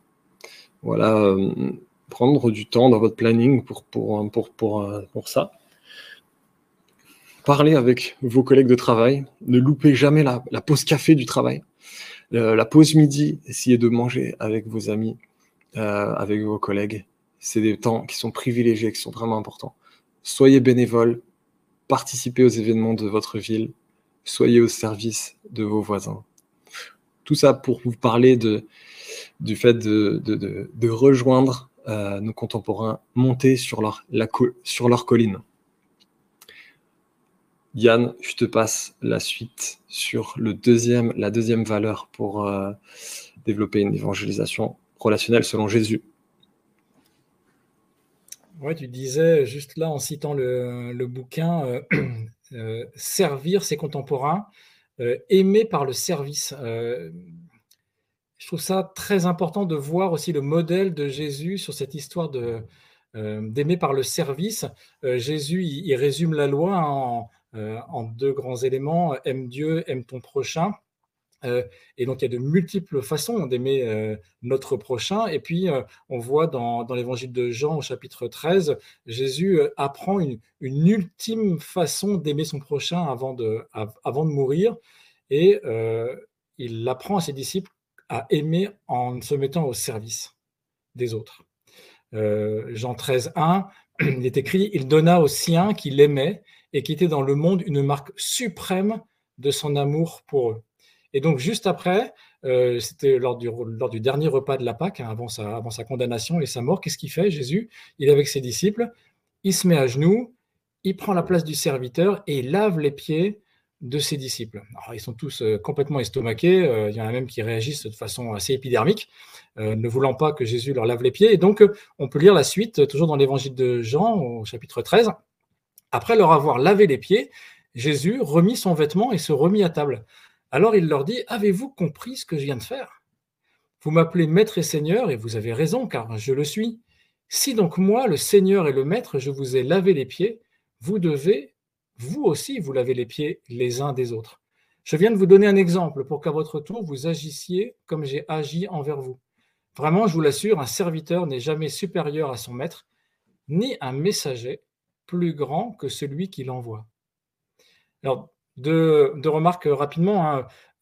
du temps dans votre planning pour ça. Parlez avec vos collègues de travail, ne loupez jamais la pause café du travail, la pause midi, essayez de manger avec vos amis, avec vos collègues. C'est des temps qui sont privilégiés, qui sont vraiment importants. Soyez bénévole, participez aux événements de votre ville, soyez au service de vos voisins. Tout ça pour vous parler du fait de rejoindre nos contemporains, monter sur leur colline. Yann, je te passe la suite sur la deuxième valeur pour développer une évangélisation relationnelle selon Jésus. Ouais, tu disais juste là en citant le bouquin servir ses contemporains, aimer par le service. Je trouve ça très important de voir aussi le modèle de Jésus sur cette histoire d'aimer par le service. Jésus, il résume la loi en deux grands éléments, aime Dieu, aime ton prochain. Et donc, il y a de multiples façons d'aimer notre prochain. Et puis, on voit dans l'évangile de Jean, au chapitre 13, Jésus apprend une ultime façon d'aimer son prochain avant de mourir. Et il apprend à ses disciples à aimer en se mettant au service des autres. Jean 13, 1, il est écrit « Il donna aux siens qu'il aimait et qui étaient dans le monde une marque suprême de son amour pour eux. » Et donc, juste après, c'était lors du dernier repas de la Pâque, hein, avant sa condamnation et sa mort, qu'est-ce qu'il fait, Jésus? Il est avec ses disciples, il se met à genoux, il prend la place du serviteur et il lave les pieds de ses disciples. Alors, ils sont tous complètement estomaqués, il y en a même qui réagissent de façon assez épidermique, ne voulant pas que Jésus leur lave les pieds. Et donc, on peut lire la suite, toujours dans l'évangile de Jean, au chapitre 13. Après leur avoir lavé les pieds, Jésus remit son vêtement et se remit à table. Alors il leur dit, « Avez-vous compris ce que je viens de faire? Vous m'appelez Maître et Seigneur, et vous avez raison, car je le suis. Si donc moi, le Seigneur et le Maître, je vous ai lavé les pieds, vous devez, vous aussi, vous laver les pieds les uns des autres. Je viens de vous donner un exemple pour qu'à votre tour, vous agissiez comme j'ai agi envers vous. Vraiment, je vous l'assure, un serviteur n'est jamais supérieur à son maître, ni un messager plus grand que celui qui l'envoie. » Alors, deux remarques rapidement. Hein.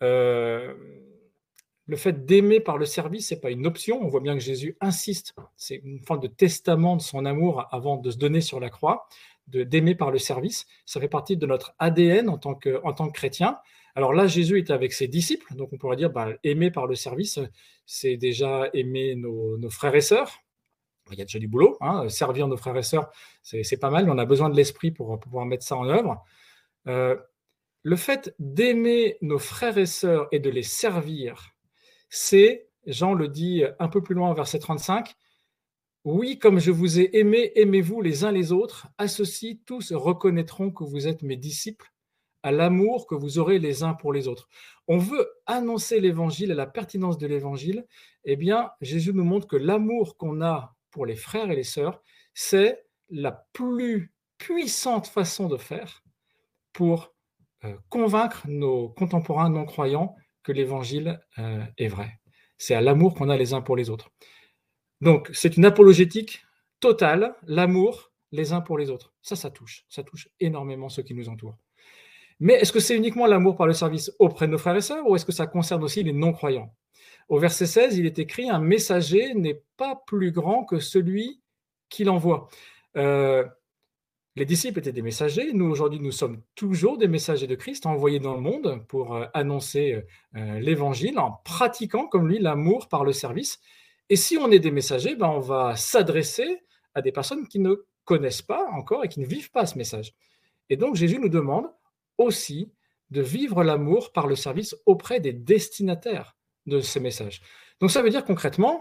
Le fait d'aimer par le service, ce n'est pas une option. On voit bien que Jésus insiste. C'est une forme de testament de son amour avant de se donner sur la croix, d'aimer par le service. Ça fait partie de notre ADN en tant que chrétien. Alors là, Jésus était avec ses disciples, donc on pourrait dire aimer par le service, c'est déjà aimer nos frères et sœurs. Il y a déjà du boulot, hein. Servir nos frères et sœurs, c'est pas mal, mais on a besoin de l'esprit pour pouvoir mettre ça en œuvre. Le fait d'aimer nos frères et sœurs et de les servir, c'est, Jean le dit un peu plus loin, verset 35, « Oui, comme je vous ai aimé, aimez-vous les uns les autres, à ceux-ci tous reconnaîtront que vous êtes mes disciples, à l'amour que vous aurez les uns pour les autres. » On veut annoncer l'évangile et la pertinence de l'évangile. Eh bien, Jésus nous montre que l'amour qu'on a pour les frères et les sœurs, c'est la plus puissante façon de faire pour convaincre nos contemporains non-croyants que l'évangile est vrai. C'est à l'amour qu'on a les uns pour les autres. Donc, c'est une apologétique totale, l'amour les uns pour les autres. Ça touche énormément ceux qui nous entourent. Mais est-ce que c'est uniquement l'amour par le service auprès de nos frères et sœurs, ou est-ce que ça concerne aussi les non-croyants? Au verset 16, il est écrit « Un messager n'est pas plus grand que celui qui l'envoie ». Les disciples étaient des messagers. Nous, aujourd'hui, nous sommes toujours des messagers de Christ envoyés dans le monde pour annoncer l'évangile en pratiquant, comme lui, l'amour par le service. Et si on est des messagers, on va s'adresser à des personnes qui ne connaissent pas encore et qui ne vivent pas ce message. Et donc, Jésus nous demande aussi de vivre l'amour par le service auprès des destinataires de ces messages. Donc, ça veut dire concrètement,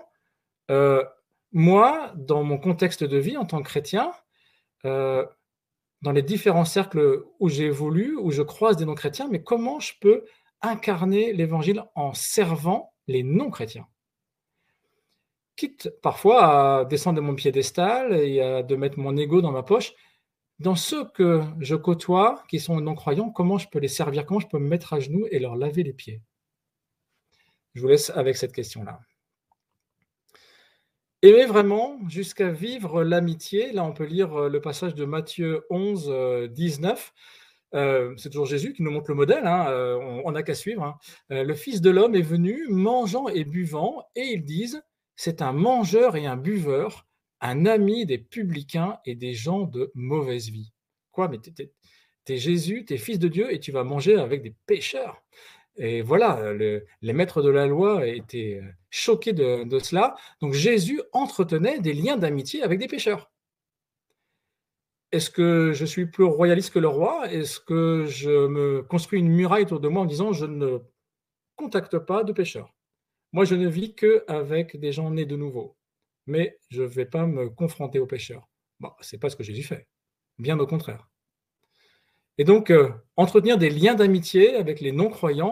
moi, dans mon contexte de vie en tant que chrétien, dans les différents cercles où j'évolue, où je croise des non-chrétiens, mais comment je peux incarner l'évangile en servant les non-chrétiens? Quitte parfois à descendre de mon piédestal et à de mettre mon ego dans ma poche, dans ceux que je côtoie, qui sont non-croyants, comment je peux les servir? Comment je peux me mettre à genoux et leur laver les pieds? Je vous laisse avec cette question-là. Aimer vraiment jusqu'à vivre l'amitié. Là, on peut lire le passage de Matthieu 11, 19. C'est toujours Jésus qui nous montre le modèle, hein, on n'a qu'à suivre. Hein. Le Fils de l'homme est venu, mangeant et buvant, et ils disent, c'est un mangeur et un buveur, un ami des publicains et des gens de mauvaise vie. Quoi, mais t'es Jésus, t'es Fils de Dieu, et tu vas manger avec des pécheurs. Et voilà, les maîtres de la loi étaient choqués de cela. Donc Jésus entretenait des liens d'amitié avec des pécheurs. Est-ce que je suis plus royaliste que le roi? Est-ce que je me construis une muraille autour de moi en disant je ne contacte pas de pécheurs? Moi, je ne vis qu'avec des gens nés de nouveau. Mais je ne vais pas me confronter aux pécheurs. Bon, ce n'est pas ce que Jésus fait. Bien au contraire. Et donc, entretenir des liens d'amitié avec les non-croyants,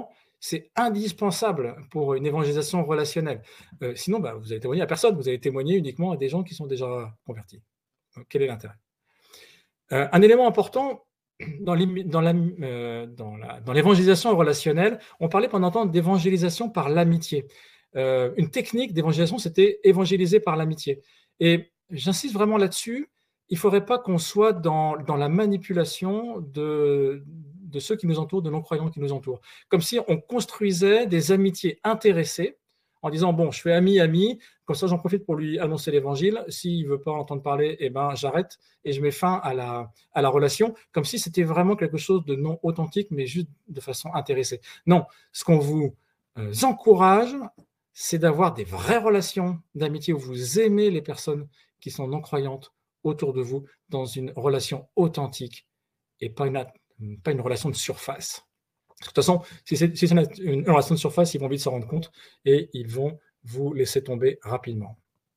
c'est indispensable pour une évangélisation relationnelle. Sinon, vous allez témoigner à personne, vous allez témoigner uniquement à des gens qui sont déjà convertis. Donc, quel est l'intérêt? Un élément important dans l'évangélisation relationnelle, on parlait pendant un temps d'évangélisation par l'amitié. Une technique d'évangélisation, c'était évangéliser par l'amitié. Et j'insiste vraiment là-dessus, il ne faudrait pas qu'on soit dans la manipulation de ceux qui nous entourent, de non-croyants qui nous entourent. Comme si on construisait des amitiés intéressées en disant, bon, je fais ami, comme ça j'en profite pour lui annoncer l'évangile. S'il ne veut pas entendre parler, j'arrête et je mets fin à la relation, comme si c'était vraiment quelque chose de non authentique, mais juste de façon intéressée. Non, ce qu'on vous encourage, c'est d'avoir des vraies relations d'amitié où vous aimez les personnes qui sont non-croyantes autour de vous dans une relation authentique et pas une relation de surface. De toute façon, si c'est une relation de surface, ils vont vite s'en rendre compte et ils vont vous laisser tomber rapidement.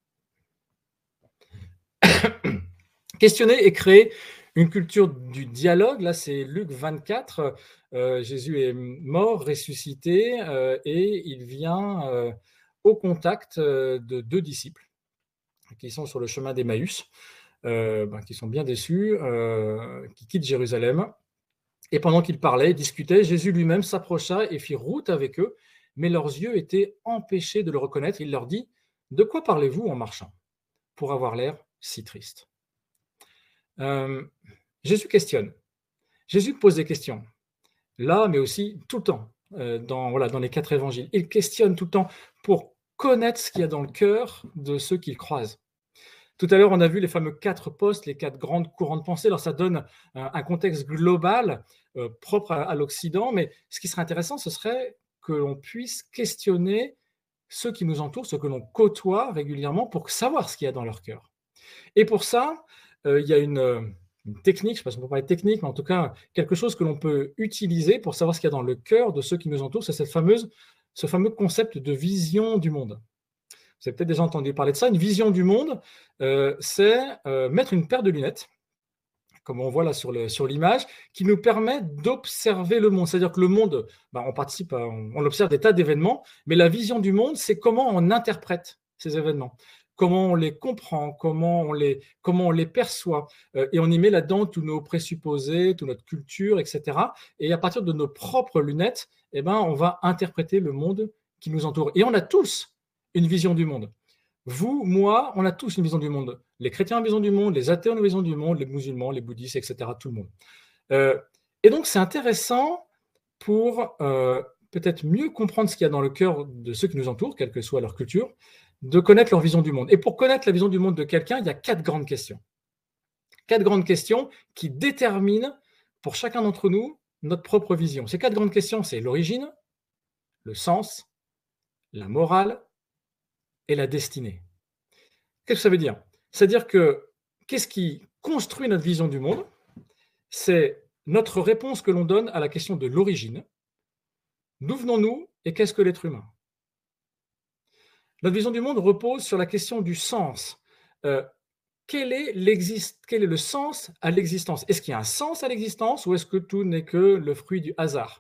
Questionner et créer une culture du dialogue. Là, c'est Luc 24. Jésus est mort, ressuscité, et il vient au contact de 2 disciples qui sont sur le chemin d'Emmaüs, qui sont bien déçus, qui quittent Jérusalem. Et pendant qu'ils parlaient, discutaient, Jésus lui-même s'approcha et fit route avec eux, mais leurs yeux étaient empêchés de le reconnaître. Il leur dit, « De quoi parlez-vous en marchant, pour avoir l'air si triste ?» Jésus questionne. Jésus pose des questions, là, mais aussi tout le temps, dans les 4 évangiles. Il questionne tout le temps pour connaître ce qu'il y a dans le cœur de ceux qu'il croise. Tout à l'heure, on a vu les fameux 4 postes, les 4 grandes courants de pensée. Alors, ça donne un contexte global propre à l'Occident, mais ce qui serait intéressant, ce serait que l'on puisse questionner ceux qui nous entourent, ceux que l'on côtoie régulièrement pour savoir ce qu'il y a dans leur cœur. Et pour ça, il y a une technique, je ne sais pas si on peut parler de technique, mais en tout cas, quelque chose que l'on peut utiliser pour savoir ce qu'il y a dans le cœur de ceux qui nous entourent, c'est ce fameux concept de vision du monde. Vous avez peut-être déjà entendu parler de ça. Une vision du monde, c'est mettre une paire de lunettes, comme on voit là sur l'image, qui nous permet d'observer le monde. C'est-à-dire que le monde, on observe des tas d'événements, mais la vision du monde, c'est comment on interprète ces événements, comment on les comprend, comment on les perçoit. Et on y met là-dedans tous nos présupposés, toute notre culture, etc. Et à partir de nos propres lunettes, on va interpréter le monde qui nous entoure. Et on a tous une vision du monde. Vous, moi, on a tous une vision du monde. Les chrétiens ont une vision du monde, les athées ont une vision du monde, les musulmans, les bouddhistes, etc., tout le monde. Et donc, c'est intéressant pour peut-être mieux comprendre ce qu'il y a dans le cœur de ceux qui nous entourent, quelle que soit leur culture, de connaître leur vision du monde. Et pour connaître la vision du monde de quelqu'un, il y a 4 grandes questions. 4 grandes questions qui déterminent pour chacun d'entre nous notre propre vision. Ces 4 grandes questions, c'est l'origine, le sens, la morale et la destinée. Qu'est-ce que ça veut dire? C'est-à-dire que qu'est-ce qui construit notre vision du monde? C'est notre réponse que l'on donne à la question de l'origine. D'où venons-nous et qu'est-ce que l'être humain? Notre vision du monde repose sur la question du sens. Quel est le sens à l'existence? Est-ce qu'il y a un sens à l'existence ou est-ce que tout n'est que le fruit du hasard?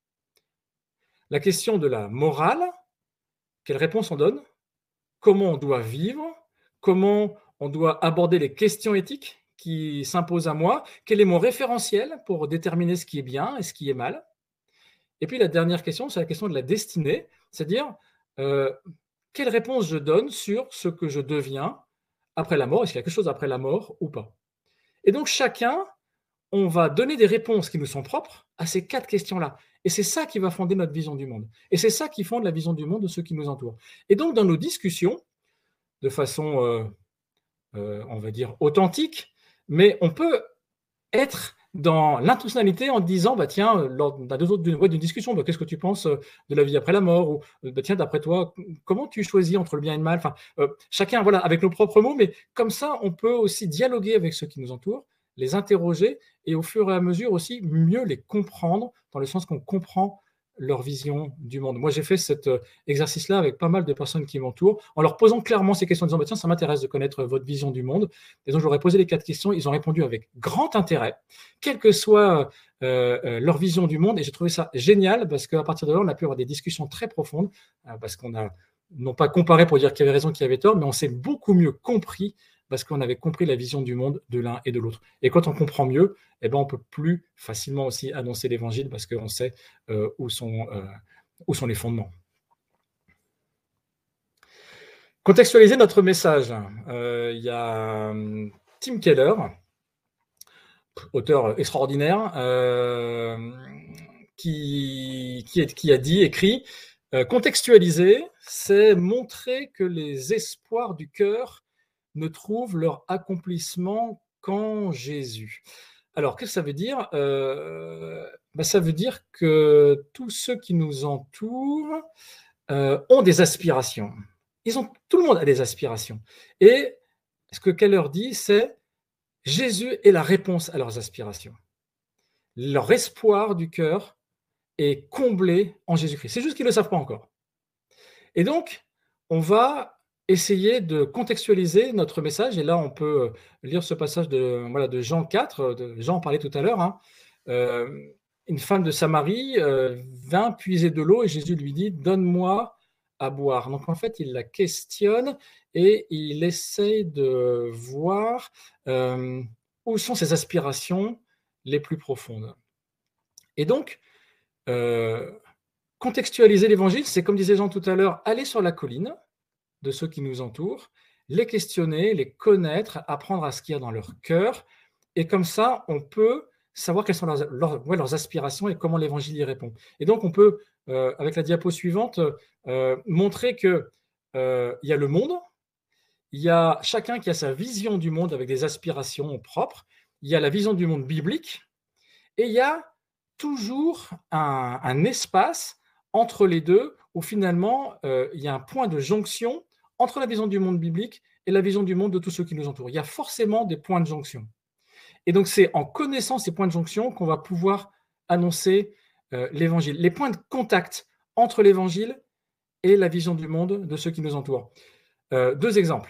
La question de la morale, quelle réponse on donne? Comment on doit vivre? Comment on doit aborder les questions éthiques qui s'imposent à moi? Quel est mon référentiel pour déterminer ce qui est bien et ce qui est mal? Et puis la dernière question, c'est la question de la destinée, c'est-à-dire quelle réponse je donne sur ce que je deviens après la mort? Est-ce qu'il y a quelque chose après la mort ou pas? Et donc chacun, on va donner des réponses qui nous sont propres à ces 4 questions-là. Et c'est ça qui va fonder notre vision du monde. Et c'est ça qui fonde la vision du monde de ceux qui nous entourent. Et donc dans nos discussions, de façon, on va dire, authentique, mais on peut être dans l'intentionnalité en disant, tiens, lors d'une discussion, qu'est-ce que tu penses de la vie après la mort? Ou tiens, d'après toi, comment tu choisis entre le bien et le mal? Chacun, voilà, avec nos propres mots, mais comme ça, on peut aussi dialoguer avec ceux qui nous entourent, les interroger et au fur et à mesure aussi mieux les comprendre, dans le sens qu'on comprend leur vision du monde. Moi, j'ai fait cet exercice-là avec pas mal de personnes qui m'entourent, en leur posant clairement ces questions, en disant bah, tiens, ça m'intéresse de connaître votre vision du monde. Et donc, je leur ai posé les 4 questions. Ils ont répondu avec grand intérêt, quelle que soit leur vision du monde. Et j'ai trouvé ça génial parce qu'à partir de là, on a pu avoir des discussions très profondes, parce qu'on a non pas comparé pour dire qui avait raison, qui avait tort, mais on s'est beaucoup mieux compris parce qu'on avait compris la vision du monde de l'un et de l'autre. Et quand on comprend mieux, eh ben, on peut plus facilement aussi annoncer l'évangile parce qu'on sait où sont les fondements. Contextualiser notre message. Il y a Tim Keller, auteur extraordinaire, qui a écrit contextualiser, c'est montrer que les espoirs du cœur ne trouvent leur accomplissement qu'en Jésus. Alors, qu'est-ce que ça veut dire ? Ça veut dire que tous ceux qui nous entourent ont des aspirations. Tout le monde a des aspirations. Et ce que Keller dit, c'est Jésus est la réponse à leurs aspirations. Leur espoir du cœur est comblé en Jésus-Christ. C'est juste qu'ils ne le savent pas encore. Et donc, on va essayer de contextualiser notre message. Et là, on peut lire ce passage de Jean 4. Jean en parlait tout à l'heure. Une femme de Samarie vint puiser de l'eau et Jésus lui dit « Donne-moi à boire ». Donc, en fait, il la questionne et il essaye de voir où sont ses aspirations les plus profondes. Et donc, contextualiser l'évangile, c'est comme disait Jean tout à l'heure, aller sur la colline de ceux qui nous entourent, les questionner, les connaître, apprendre à ce qu'il y a dans leur cœur. Et comme ça, on peut savoir quelles sont leurs aspirations et comment l'évangile y répond. Et donc, on peut, avec la diapo suivante, montrer qu'il y a le monde, il y a chacun qui a sa vision du monde avec des aspirations propres, il y a la vision du monde biblique, et il y a toujours un espace entre les deux où finalement il y a un point de jonction entre la vision du monde biblique et la vision du monde de tous ceux qui nous entourent. Il y a forcément des points de jonction. Et donc c'est en connaissant ces points de jonction qu'on va pouvoir annoncer l'évangile. Les points de contact entre l'évangile et la vision du monde de ceux qui nous entourent. 2 exemples.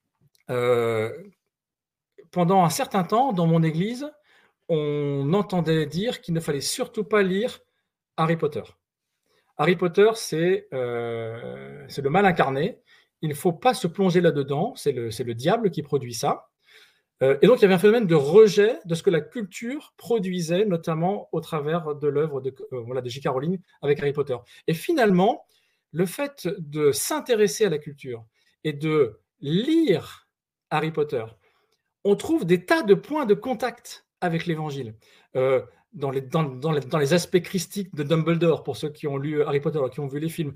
Pendant un certain temps, dans mon église, on entendait dire qu'il ne fallait surtout pas lire Harry Potter. Harry Potter, c'est le mal incarné. Il ne faut pas se plonger là-dedans. C'est le diable qui produit ça. Et donc, il y avait un phénomène de rejet de ce que la culture produisait, notamment au travers de l'œuvre de J.K. Rowling avec Harry Potter. Et finalement, le fait de s'intéresser à la culture et de lire Harry Potter, on trouve des tas de points de contact avec l'évangile. Dans les aspects christiques de Dumbledore, pour ceux qui ont lu Harry Potter, qui ont vu les films,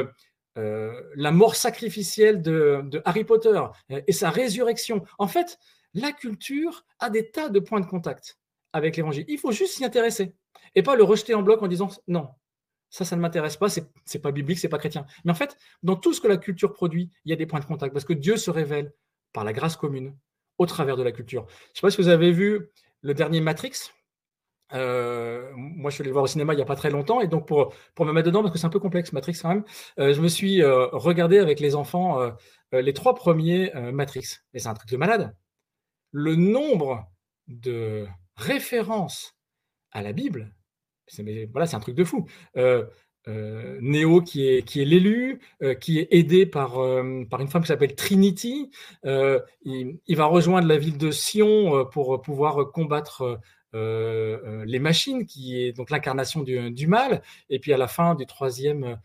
la mort sacrificielle de Harry Potter et sa résurrection. En fait, la culture a des tas de points de contact avec l'évangile. Il faut juste s'y intéresser et pas le rejeter en bloc en disant non, ça ne m'intéresse pas, c'est pas biblique, c'est pas chrétien. Mais en fait, dans tout ce que la culture produit, il y a des points de contact parce que Dieu se révèle par la grâce commune au travers de la culture. Je ne sais pas si vous avez vu le dernier Matrix. Moi, je suis allé le voir au cinéma il n'y a pas très longtemps, et donc pour me mettre dedans, parce que c'est un peu complexe, Matrix quand même, je me suis regardé avec les enfants les 3 premiers Matrix. Et c'est un truc de malade. Le nombre de références à la Bible, c'est un truc de fou. Néo qui est l'élu, qui est aidé par une femme qui s'appelle Trinity. Il va rejoindre la ville de Sion pour pouvoir combattre les machines, qui est donc l'incarnation du mal. Et puis à la fin du 3e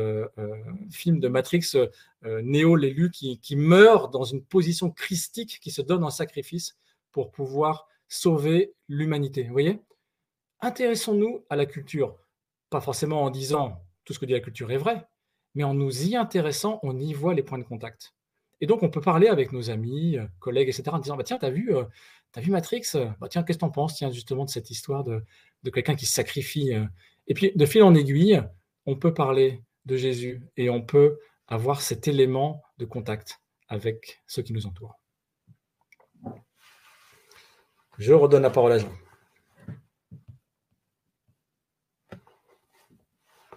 film de Matrix, Néo, l'élu, qui meurt dans une position christique, qui se donne en sacrifice pour pouvoir sauver l'humanité. Vous voyez ? Intéressons-nous à la culture. Pas forcément en disant tout ce que dit la culture est vrai, mais en nous y intéressant, on y voit les points de contact. Et donc, on peut parler avec nos amis, collègues, etc., en disant bah, tiens, t'as vu Matrix, bah, tiens, qu'est-ce que t'en penses, tiens, justement, de cette histoire de quelqu'un qui se sacrifie. Et puis, de fil en aiguille, on peut parler de Jésus et on peut avoir cet élément de contact avec ceux qui nous entourent. Je redonne la parole à Jean.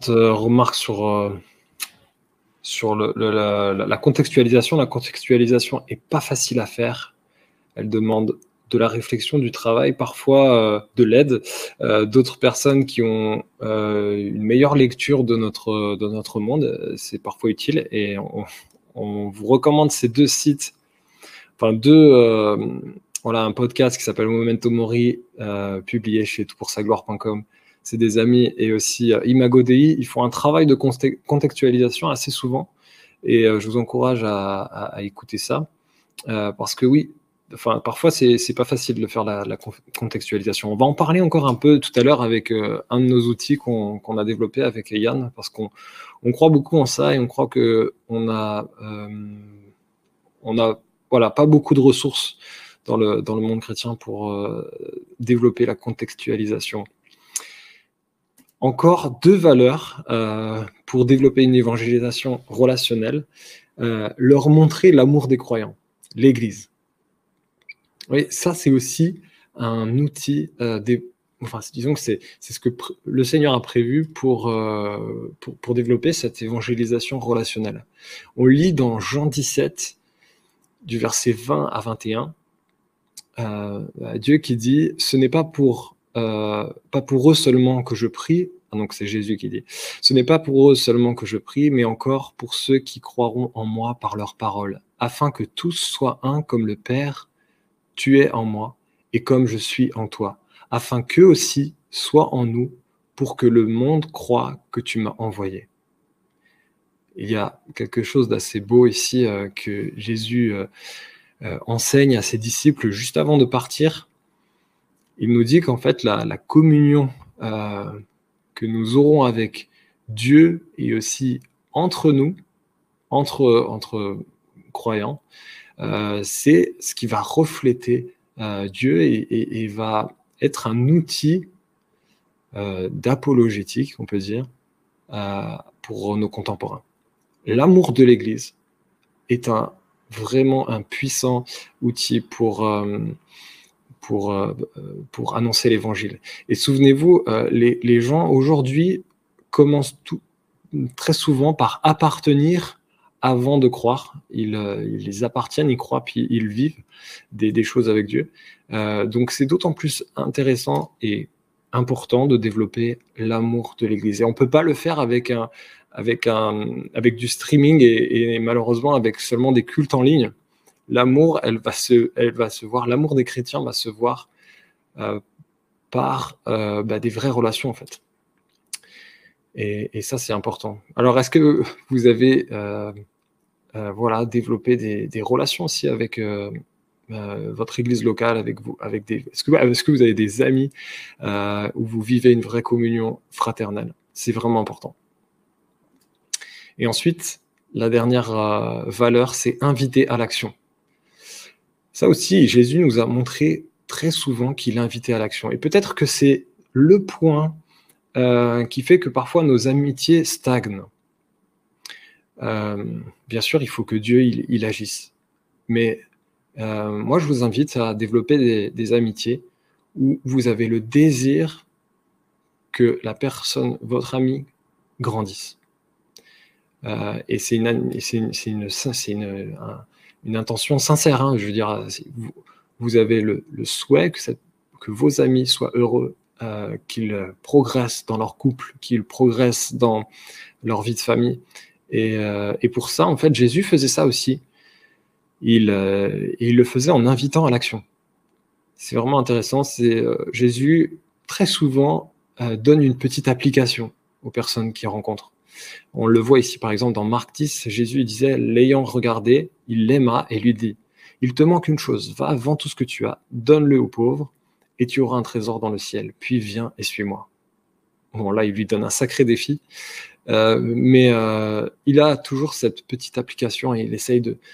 remarque sur la contextualisation. La contextualisation n'est pas facile à faire. Elle demande de la réflexion, du travail, parfois de l'aide d'autres personnes qui ont une meilleure lecture de notre monde. C'est parfois utile et on vous recommande ces deux sites, enfin voilà, un podcast qui s'appelle Memento Mori, publié chez toutpoursagloire.com. C'est des amis, et aussi Imago Dei. Ils font un travail de contextualisation assez souvent, et je vous encourage à écouter ça, parce que oui, enfin, parfois c'est pas facile de faire la contextualisation. On va en parler encore un peu tout à l'heure avec un de nos outils qu'on a développé avec Yann, parce qu'on croit beaucoup en ça, et on croit que on a voilà, pas beaucoup de ressources dans le monde chrétien pour développer la contextualisation. Encore deux valeurs pour développer une évangélisation relationnelle. Leur montrer l'amour des croyants, l'Église. Oui, ça c'est aussi un outil, disons que c'est ce que le Seigneur a prévu pour développer cette évangélisation relationnelle. On lit dans Jean 17, du verset 20 à 21, Dieu qui dit « Ce n'est pas pour eux seulement que je prie », donc c'est Jésus qui dit « Ce n'est pas pour eux seulement que je prie, mais encore pour ceux qui croiront en moi par leur parole, afin que tous soient un comme le Père, tu es en moi, et comme je suis en toi, afin qu'eux aussi soient en nous, pour que le monde croie que tu m'as envoyé. » Il y a quelque chose d'assez beau ici que Jésus enseigne à ses disciples juste avant de partir. Il nous dit qu'en fait, la communion que nous aurons avec Dieu et aussi entre nous, entre croyants, c'est ce qui va refléter Dieu et va être un outil d'apologétique, on peut dire, pour nos contemporains. L'amour de l'Église est vraiment un puissant outil pour annoncer l'Évangile. Et souvenez-vous, les gens aujourd'hui commencent très souvent par appartenir avant de croire. Ils appartiennent, ils croient, puis ils vivent des choses avec Dieu. Donc c'est d'autant plus intéressant et important de développer l'amour de l'Église. Et on ne peut pas le faire avec du streaming et malheureusement avec seulement des cultes en ligne. L'amour, elle va se voir, l'amour des chrétiens va se voir par des vraies relations en fait. Et ça c'est important. Alors est-ce que vous avez développé des relations aussi avec votre église locale, est-ce que vous avez des amis où vous vivez une vraie communion fraternelle? C'est vraiment important. Et ensuite, la dernière valeur, c'est inviter à l'action. Ça aussi, Jésus nous a montré très souvent qu'il invitait à l'action. Et peut-être que c'est le point qui fait que parfois nos amitiés stagnent. Bien sûr, il faut que Dieu il agisse. Mais moi, je vous invite à développer des amitiés où vous avez le désir que la personne, votre ami, grandisse. Et c'est une intention sincère. Hein, je veux dire, vous avez le souhait que vos amis soient heureux, qu'ils progressent dans leur couple, qu'ils progressent dans leur vie de famille. Et pour ça, en fait, Jésus faisait ça aussi. Il le faisait en invitant à l'action. C'est vraiment intéressant. Jésus, très souvent, donne une petite application aux personnes qu'il rencontre. On le voit ici, par exemple, dans Marc 10, Jésus disait, l'ayant regardé, il l'aima et lui dit, il te manque une chose, va, vends tout ce que tu as, donne-le aux pauvres, et tu auras un trésor dans le ciel, puis viens et suis-moi. Bon, là, il lui donne un sacré défi, mais il a toujours cette petite application et il essaye de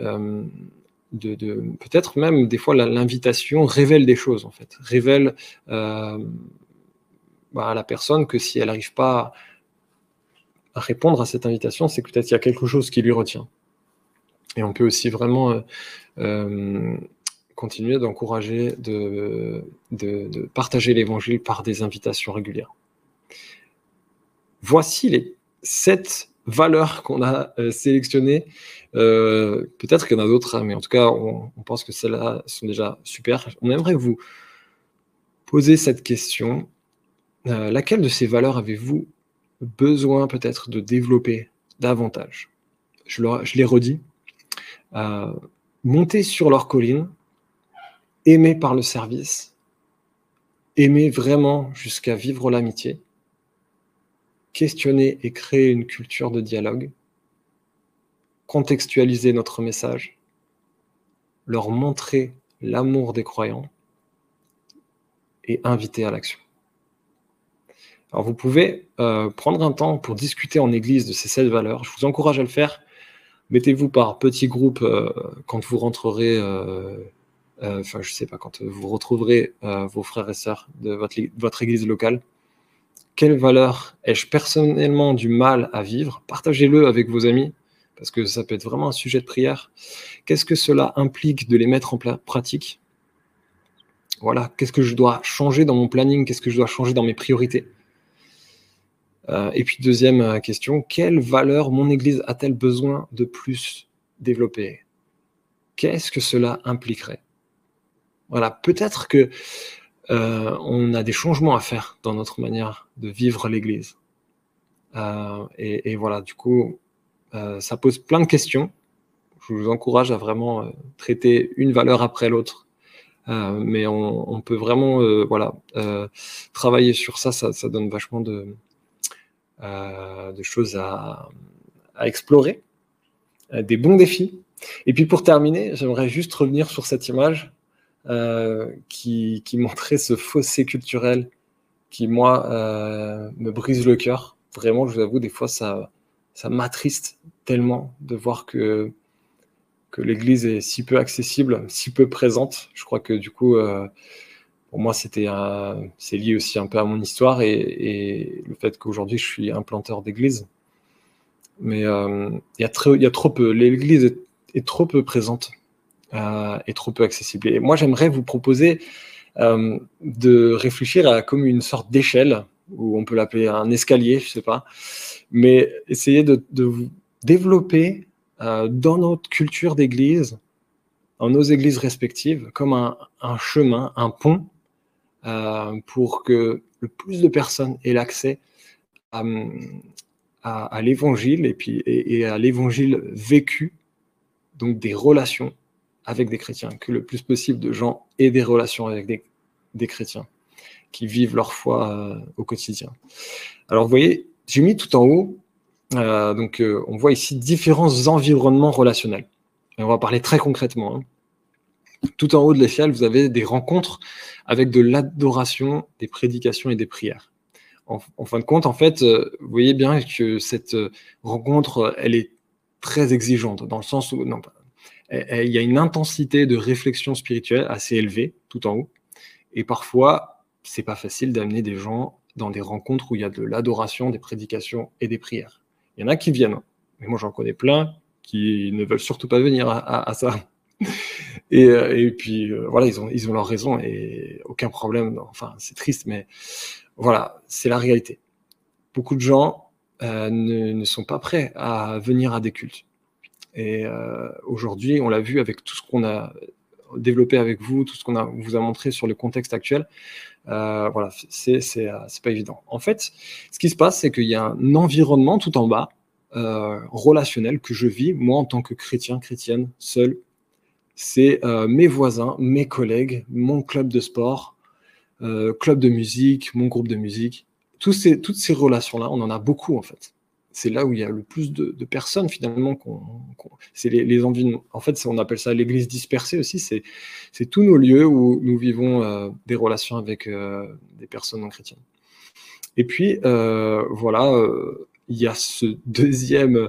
peut-être même, des fois, l'invitation révèle des choses, en fait, révèle à la personne que si elle n'arrive pas à répondre à cette invitation, c'est que peut-être qu'il y a quelque chose qui lui retient. Et on peut aussi vraiment continuer d'encourager, de partager l'évangile par des invitations régulières. voici les 7 valeurs qu'on a sélectionnées. Peut-être qu'il y en a d'autres, hein, mais en tout cas, on pense que celles-là sont déjà super. On aimerait vous poser cette question. Laquelle de ces valeurs avez-vous besoin peut-être de développer davantage? Je les redis. Monter sur leur colline, aimer par le service, aimer vraiment jusqu'à vivre l'amitié, questionner et créer une culture de dialogue, contextualiser notre message, leur montrer l'amour des croyants et inviter à l'action. Alors vous pouvez prendre un temps pour discuter en église de ces 7 valeurs. Je vous encourage à le faire. Mettez-vous par petits groupes quand vous rentrerez, je sais pas, quand vous retrouverez vos frères et sœurs de votre église locale. Quelle valeur ai-je personnellement du mal à vivre? Partagez-le avec vos amis, parce que ça peut être vraiment un sujet de prière. Qu'est-ce que cela implique de les mettre en pratique? Voilà, qu'est-ce que je dois changer dans mon planning? Qu'est-ce que je dois changer dans mes priorités? Et puis deuxième question, quelle valeur mon Église a-t-elle besoin de plus développer? Qu'est-ce que cela impliquerait? Voilà, peut-être que on a des changements à faire dans notre manière de vivre l'Église. Et voilà, du coup, ça pose plein de questions. Je vous encourage à vraiment traiter une valeur après l'autre. Mais on peut vraiment travailler sur ça. Ça donne vachement de choses à explorer, des bons défis. Et puis pour terminer, j'aimerais juste revenir sur cette image qui montrait ce fossé culturel qui, moi, me brise le cœur. Vraiment, je vous avoue, des fois, ça m'attriste tellement de voir que l'Église est si peu accessible, si peu présente. Je crois que du coup, pour moi, c'est lié aussi un peu à mon histoire et le fait qu'aujourd'hui, je suis implanteur d'église. Mais il y a trop peu. L'église est trop peu présente et trop peu accessible. Et moi, j'aimerais vous proposer de réfléchir à comme une sorte d'échelle, ou on peut l'appeler un escalier, je sais pas, mais essayer de vous développer dans notre culture d'église, dans nos églises respectives, comme un chemin, un pont, pour que le plus de personnes aient l'accès à l'évangile et à l'évangile vécu, donc des relations avec des chrétiens, que le plus possible de gens aient des relations avec des chrétiens qui vivent leur foi au quotidien. Alors vous voyez, j'ai mis tout en haut, on voit ici différents environnements relationnels. Et on va parler très concrètement. Tout en haut de l'échelle, vous avez des rencontres avec de l'adoration, des prédications et des prières. En fin de compte, en fait, vous voyez bien que cette rencontre, elle est très exigeante, dans le sens où il y a une intensité de réflexion spirituelle assez élevée, tout en haut. Et parfois, c'est pas facile d'amener des gens dans des rencontres où il y a de l'adoration, des prédications et des prières. Il y en a qui viennent, mais moi j'en connais plein qui ne veulent surtout pas venir à ça. Et puis voilà, ils ont leur raison et aucun problème. Enfin, c'est triste, mais voilà, c'est la réalité. Beaucoup de gens ne sont pas prêts à venir à des cultes. Et aujourd'hui, on l'a vu avec tout ce qu'on a développé avec vous, tout ce qu'on vous a montré sur le contexte actuel. Voilà, c'est pas évident. En fait, ce qui se passe, c'est qu'il y a un environnement tout en bas, relationnel, que je vis, moi, en tant que chrétien, chrétienne, seul. C'est mes voisins, mes collègues, mon club de sport, club de musique, mon groupe de musique. Toutes ces relations-là, on en a beaucoup, en fait. C'est là où il y a le plus de personnes, finalement. C'est les envies. En fait, on appelle ça l'église dispersée aussi. C'est tous nos lieux où nous vivons des relations avec des personnes non chrétiennes. Et puis, voilà, il y a ce deuxième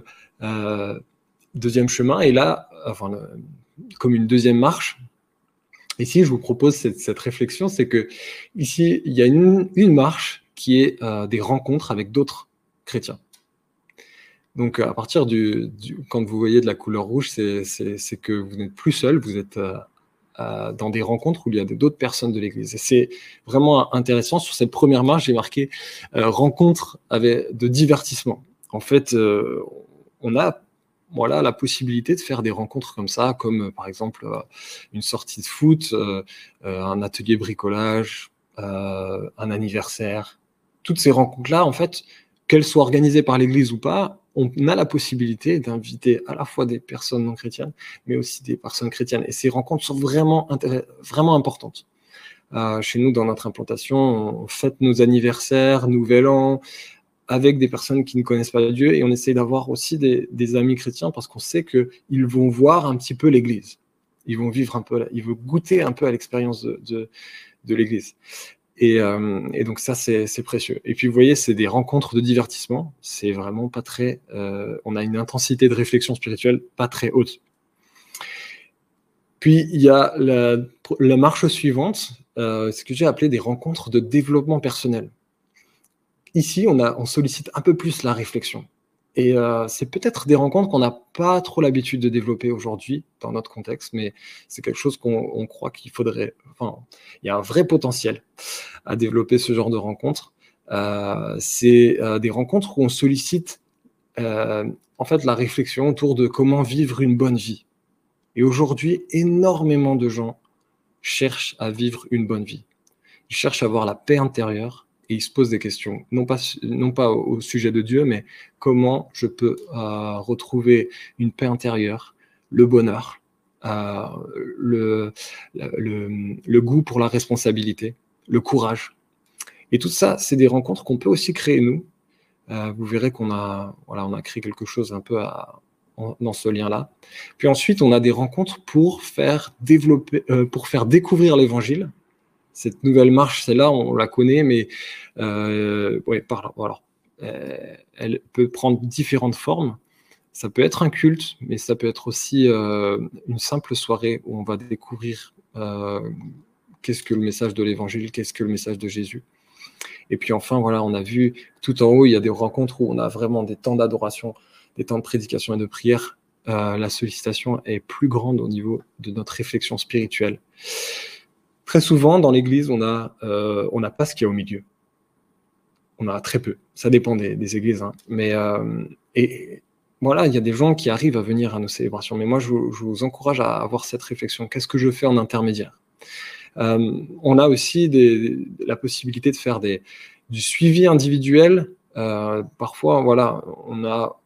chemin. Et là, comme une deuxième marche. Ici, je vous propose cette réflexion, c'est que ici, il y a une marche qui est des rencontres avec d'autres chrétiens. Donc, à partir quand vous voyez de la couleur rouge, c'est que vous n'êtes plus seul, vous êtes dans des rencontres où il y a d'autres personnes de l'Église. Et c'est vraiment intéressant. Sur cette première marche, j'ai marqué rencontre de divertissement. En fait, on a la possibilité de faire des rencontres comme ça, comme par exemple une sortie de foot, un atelier bricolage, un anniversaire. Toutes ces rencontres-là, en fait, qu'elles soient organisées par l'Église ou pas, on a la possibilité d'inviter à la fois des personnes non chrétiennes, mais aussi des personnes chrétiennes. Et ces rencontres sont vraiment importantes. Chez nous, dans notre implantation, on fête nos anniversaires, Nouvel An, avec des personnes qui ne connaissent pas Dieu, et on essaie d'avoir aussi des amis chrétiens parce qu'on sait qu'ils vont voir un petit peu l'Église. Ils vont vivre un peu, ils vont goûter un peu à l'expérience de l'Église. Et donc ça, c'est précieux. Et puis vous voyez, c'est des rencontres de divertissement. C'est vraiment pas très... on a une intensité de réflexion spirituelle pas très haute. Puis il y a la marche suivante, ce que j'ai appelé des rencontres de développement personnel. Ici, on sollicite un peu plus la réflexion. Et c'est peut-être des rencontres qu'on n'a pas trop l'habitude de développer aujourd'hui dans notre contexte, mais c'est quelque chose qu'on croit qu'il faudrait... Enfin, il y a un vrai potentiel à développer ce genre de rencontres. C'est des rencontres où on sollicite en fait la réflexion autour de comment vivre une bonne vie. Et aujourd'hui, énormément de gens cherchent à vivre une bonne vie. Ils cherchent à avoir la paix intérieure. Et ils se posent des questions, non pas au sujet de Dieu, mais comment je peux retrouver une paix intérieure, le bonheur, le goût pour la responsabilité, le courage. Et tout ça, c'est des rencontres qu'on peut aussi créer nous. Vous verrez qu'on a créé quelque chose un peu dans ce lien-là. Puis ensuite, on a des rencontres pour faire découvrir l'Évangile. Cette nouvelle marche, celle-là, on la connaît, mais elle peut prendre différentes formes. Ça peut être un culte, mais ça peut être aussi une simple soirée où on va découvrir qu'est-ce que le message de l'Évangile, qu'est-ce que le message de Jésus. Et puis enfin, on a vu tout en haut, il y a des rencontres où on a vraiment des temps d'adoration, des temps de prédication et de prière. La sollicitation est plus grande au niveau de notre réflexion spirituelle. Très souvent, dans l'Église, on n'a pas ce qu'il y a au milieu. On a très peu. Ça dépend des églises. Hein. Mais il y a des gens qui arrivent à venir à nos célébrations. Mais moi, je vous encourage à avoir cette réflexion. Qu'est-ce que je fais en intermédiaire ? On a aussi la possibilité de faire du suivi individuel. Parfois, on a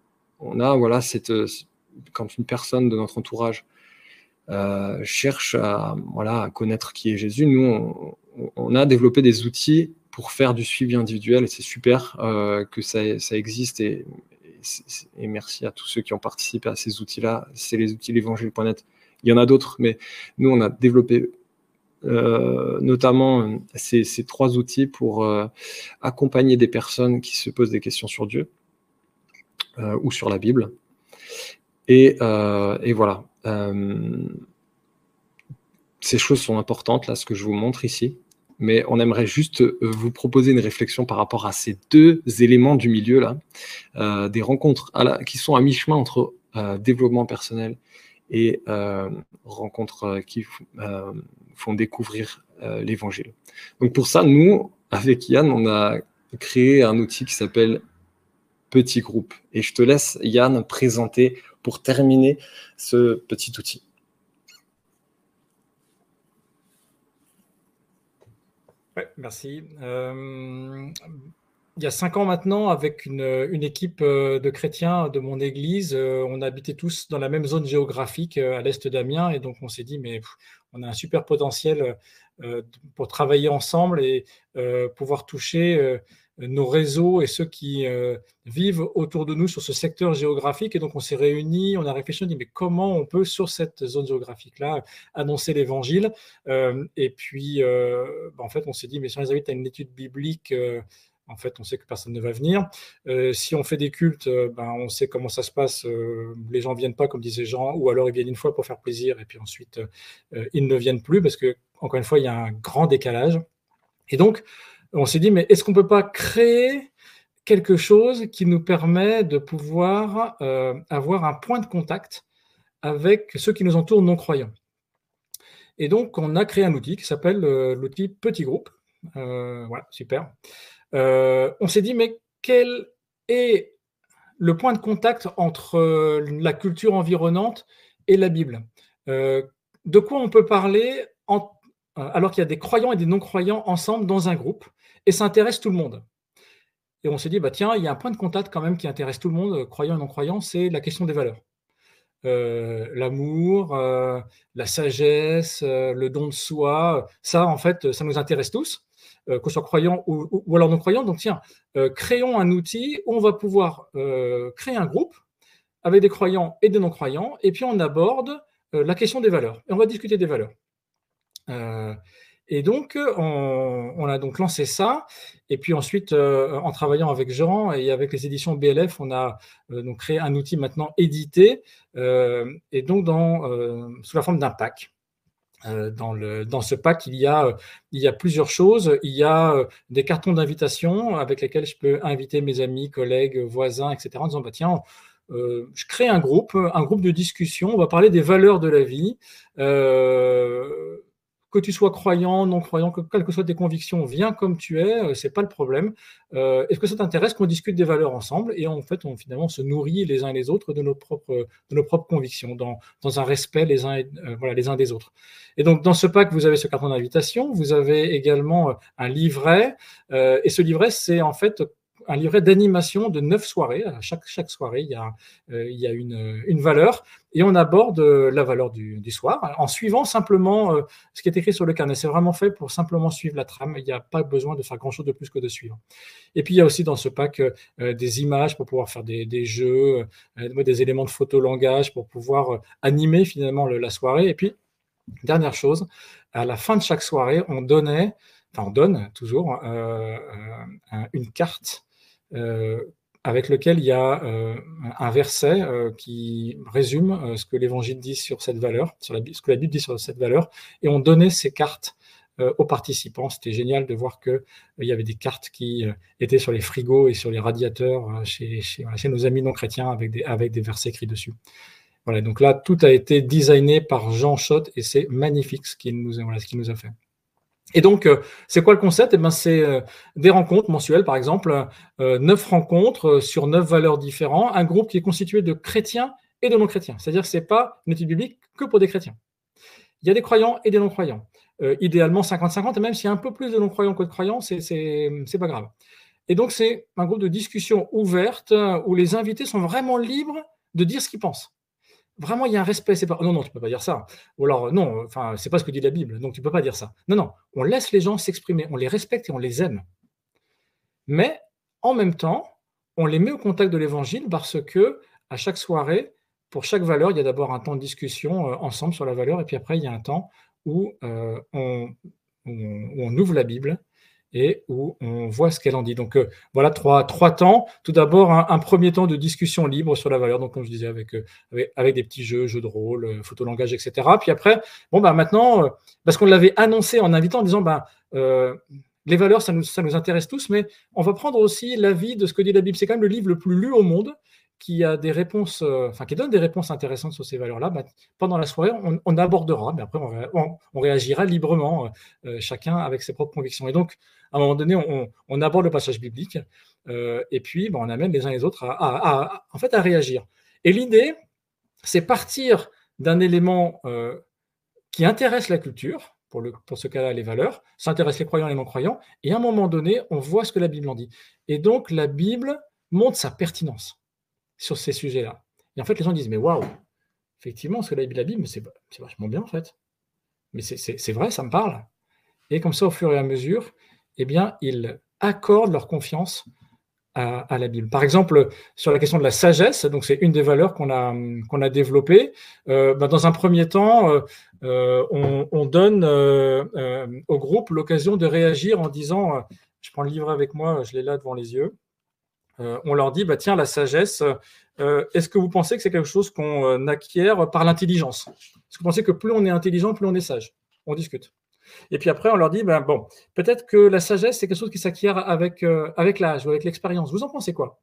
quand une personne de notre entourage cherche à connaître qui est Jésus. Nous, on a développé des outils pour faire du suivi individuel et c'est super que ça existe et merci à tous ceux qui ont participé à ces outils-là. C'est les outils l'évangile.net. Il y en a d'autres, mais nous, on a développé notamment ces 3 outils pour accompagner des personnes qui se posent des questions sur Dieu ou sur la Bible. Et voilà. Ces choses sont importantes, là, ce que je vous montre ici, mais on aimerait juste vous proposer une réflexion par rapport à ces 2 éléments du milieu, là, des rencontres qui sont à mi-chemin entre développement personnel et rencontres qui font découvrir l'Évangile. Donc pour ça, nous, avec Yann, on a créé un outil qui s'appelle Petit Groupe. Et je te laisse, Yann, présenter pour terminer ce petit outil. Ouais, merci. Il y a 5 ans maintenant, avec une équipe de chrétiens de mon église, on habitait tous dans la même zone géographique à l'est d'Amiens, et donc on s'est dit, mais on a un super potentiel pour travailler ensemble et pouvoir toucher nos réseaux et ceux qui vivent autour de nous sur ce secteur géographique. Et donc on s'est réunis, on a réfléchi, on dit mais comment on peut sur cette zone géographique-là annoncer l'évangile, et puis en fait on s'est dit mais si on les invite à une étude biblique, en fait on sait que personne ne va venir. Si on fait des cultes, on sait comment ça se passe, les gens ne viennent pas comme disaient Jean, ou alors ils viennent une fois pour faire plaisir et puis ensuite ils ne viennent plus parce que encore une fois il y a un grand décalage. Et donc on s'est dit, mais est-ce qu'on ne peut pas créer quelque chose qui nous permet de pouvoir avoir un point de contact avec ceux qui nous entourent non-croyants ? Et donc, on a créé un outil qui s'appelle l'outil Petit Groupe. Voilà, super. On s'est dit, mais quel est le point de contact entre la culture environnante et la Bible? De quoi on peut parler alors qu'il y a des croyants et des non-croyants ensemble dans un groupe, et ça intéresse tout le monde. Et on s'est dit, bah tiens, il y a un point de contact quand même qui intéresse tout le monde, croyants et non-croyants, c'est la question des valeurs. L'amour, la sagesse, le don de soi, ça en fait, ça nous intéresse tous, qu'on soit croyants ou alors non-croyants. Donc tiens, créons un outil où on va pouvoir créer un groupe avec des croyants et des non-croyants, et puis on aborde la question des valeurs, et on va discuter des valeurs. Et donc, on a donc lancé ça. Et puis ensuite, en travaillant avec Jean et avec les éditions BLF, on a donc créé un outil maintenant édité, et donc sous la forme d'un pack. Dans ce pack, il y a plusieurs choses. Il y a des cartons d'invitation avec lesquels je peux inviter mes amis, collègues, voisins, etc. en disant, bah, tiens, je crée un groupe de discussion. On va parler des valeurs de la vie. Que tu sois croyant, non-croyant, quelles que soient tes convictions, viens comme tu es, c'est pas le problème. Est-ce que ça t'intéresse qu'on discute des valeurs ensemble? Et en fait, finalement, on se nourrit les uns et les autres de nos propres convictions, dans un respect les uns des autres. Et donc, dans ce pack, vous avez ce carton d'invitation, vous avez également un livret, et ce livret, c'est en fait un livret d'animation de 9 soirées. À chaque soirée, il y a une valeur, et on aborde la valeur du soir en suivant simplement ce qui est écrit sur le carnet. C'est vraiment fait pour simplement suivre la trame. Il n'y a pas besoin de faire grand-chose de plus que de suivre. Et puis, il y a aussi dans ce pack des images pour pouvoir faire des jeux, des éléments de photolangage pour pouvoir animer finalement la soirée. Et puis, dernière chose, à la fin de chaque soirée, on donne toujours une carte avec lequel il y a un verset qui résume ce que l'Évangile dit sur cette valeur, ce que la Bible dit sur cette valeur, et on donnait ces cartes aux participants. C'était génial de voir qu'il y avait des cartes qui étaient sur les frigos et sur les radiateurs chez nos amis non chrétiens avec des versets écrits dessus. Voilà, donc là, tout a été designé par Jean Schott, et c'est magnifique ce qu'il nous a fait. Et donc, c'est quoi le concept? C'est des rencontres mensuelles, par exemple, 9 rencontres sur 9 valeurs différentes, un groupe qui est constitué de chrétiens et de non-chrétiens. C'est-à-dire que ce n'est pas une étude biblique que pour des chrétiens. Il y a des croyants et des non-croyants. Idéalement 50-50, et même s'il y a un peu plus de non-croyants que de croyants, c'est pas grave. Et donc, c'est un groupe de discussion ouverte où les invités sont vraiment libres de dire ce qu'ils pensent. Vraiment, il y a un respect. C'est pas, non, tu peux pas dire ça. Ou alors, non, c'est pas ce que dit la Bible, donc tu peux pas dire ça. Non, on laisse les gens s'exprimer, on les respecte et on les aime. Mais, en même temps, on les met au contact de l'Évangile parce que, à chaque soirée, pour chaque valeur, il y a d'abord un temps de discussion ensemble sur la valeur, et puis après, il y a un temps où on ouvre la Bible et où on voit ce qu'elle en dit. Donc voilà trois temps. Tout d'abord, un premier temps de discussion libre sur la valeur, donc comme je disais, avec des petits jeux de rôle, photolangage, etc. Puis après, maintenant, parce qu'on l'avait annoncé en invitant, en disant, les valeurs, ça nous intéresse tous, mais on va prendre aussi l'avis de ce que dit la Bible. C'est quand même le livre le plus lu au monde, qui a des réponses, qui donne des réponses intéressantes sur ces valeurs-là. Pendant la soirée, on abordera, mais après on réagira librement, chacun avec ses propres convictions. Et donc, à un moment donné, on aborde le passage biblique, et puis on amène les uns les autres à réagir. Et l'idée, c'est partir d'un élément qui intéresse la culture, pour ce cas-là, les valeurs, ça intéresse les croyants et les non-croyants, et à un moment donné, on voit ce que la Bible en dit. Et donc, la Bible montre sa pertinence sur ces sujets-là. Et en fait, les gens disent, mais waouh, effectivement, ce que la Bible, c'est vachement bien, en fait. Mais c'est vrai, ça me parle. Et comme ça, au fur et à mesure, ils accordent leur confiance à la Bible. Par exemple, sur la question de la sagesse, donc c'est une des valeurs qu'on a développées. Dans un premier temps, on donne au groupe l'occasion de réagir en disant, je prends le livre avec moi, je l'ai là devant les yeux, on leur dit, tiens, la sagesse, est-ce que vous pensez que c'est quelque chose qu'on acquiert par l'intelligence? Est-ce que vous pensez que plus on est intelligent, plus on est sage? On discute. Et puis après, on leur dit, peut-être que la sagesse, c'est quelque chose qui s'acquiert avec l'âge ou avec l'expérience. Vous en pensez quoi?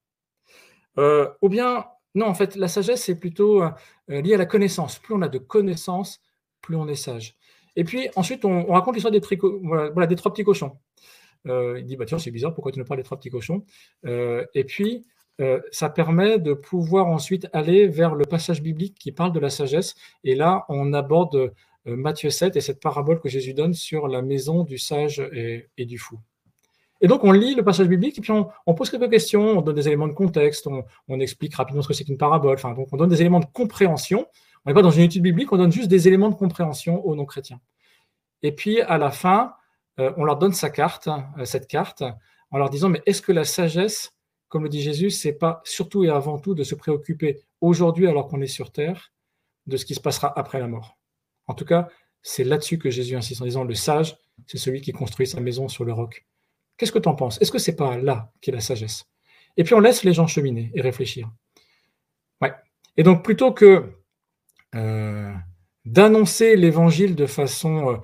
Ou bien, non, en fait, la sagesse, c'est plutôt lié à la connaissance. Plus on a de connaissances, plus on est sage. Et puis ensuite, on raconte l'histoire des trois petits cochons. Il dit, bah, tiens, c'est bizarre, pourquoi tu nous parles des trois petits cochons? Et puis, ça permet de pouvoir ensuite aller vers le passage biblique qui parle de la sagesse. Et là, on aborde Matthieu 7 et cette parabole que Jésus donne sur la maison du sage et du fou. Et donc, on lit le passage biblique et puis on pose quelques questions, on donne des éléments de contexte, on explique rapidement ce que c'est qu'une parabole. Enfin, donc, on donne des éléments de compréhension. On n'est pas dans une étude biblique, on donne juste des éléments de compréhension aux non-chrétiens. Et puis, à la fin, on leur donne cette carte, en leur disant, mais est-ce que la sagesse, comme le dit Jésus, c'est pas surtout et avant tout de se préoccuper aujourd'hui, alors qu'on est sur Terre, de ce qui se passera après la mort? En tout cas, c'est là-dessus que Jésus insiste en disant, le sage, c'est celui qui construit sa maison sur le roc. Qu'est-ce que tu en penses? Est-ce que c'est pas là qu'est la sagesse? Et puis on laisse les gens cheminer et réfléchir. Ouais. Et donc plutôt que d'annoncer l'évangile de façon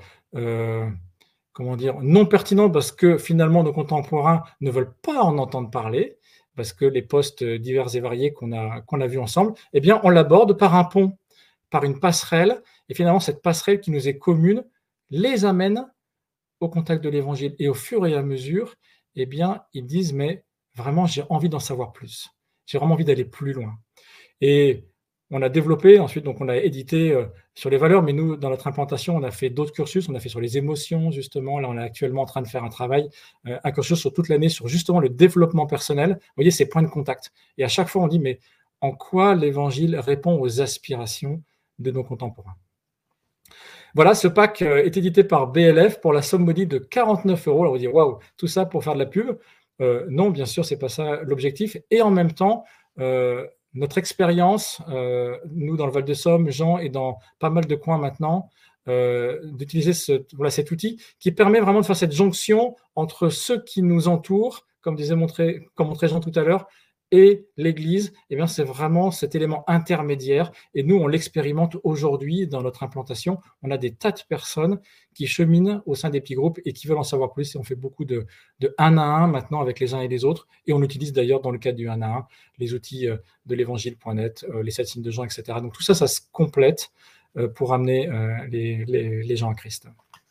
non pertinente, parce que finalement nos contemporains ne veulent pas en entendre parler, parce que les postes divers et variés qu'on a vus ensemble, eh bien on l'aborde par un pont, par une passerelle, et finalement cette passerelle qui nous est commune les amène au contact de l'évangile. Et au fur et à mesure, eh bien, ils disent, mais vraiment, j'ai envie d'en savoir plus. J'ai vraiment envie d'aller plus loin. Et on a développé, ensuite, donc on a édité sur les valeurs, mais nous, dans notre implantation, on a fait d'autres cursus, on a fait sur les émotions, justement. Là, on est actuellement en train de faire un travail, un cursus sur toute l'année, sur justement le développement personnel. Vous voyez, ces points de contact. Et à chaque fois, on dit, mais en quoi l'évangile répond aux aspirations de nos contemporains? Voilà, ce pack est édité par BLF pour la somme modique de 49 €. Alors vous dites, waouh, tout ça pour faire de la pub? Non, bien sûr, c'est pas ça l'objectif. Et en même temps, notre expérience, nous dans le Val-de-Somme, Jean, et dans pas mal de coins maintenant, d'utiliser cet outil qui permet vraiment de faire cette jonction entre ceux qui nous entourent, comme montrait Jean tout à l'heure, et l'Église. Eh bien, c'est vraiment cet élément intermédiaire. Et nous, on l'expérimente aujourd'hui dans notre implantation. On a des tas de personnes qui cheminent au sein des petits groupes et qui veulent en savoir plus. Et on fait beaucoup de 1 à 1 maintenant avec les uns et les autres. Et on utilise d'ailleurs dans le cadre du 1 à 1 les outils de l'évangile.net, les 7 signes de Jean, etc. Donc tout ça, ça se complète pour amener les gens à Christ.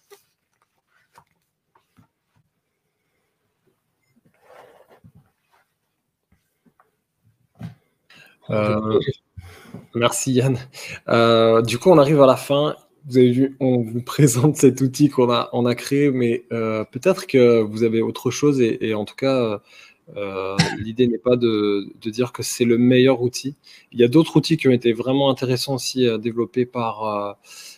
Merci Yann. Du coup, on arrive à la fin. Vous avez vu, on vous présente cet outil qu'on a créé, mais peut-être que vous avez autre chose. Et en tout cas, l'idée n'est pas de dire que c'est le meilleur outil. Il y a d'autres outils qui ont été vraiment intéressants aussi, développés par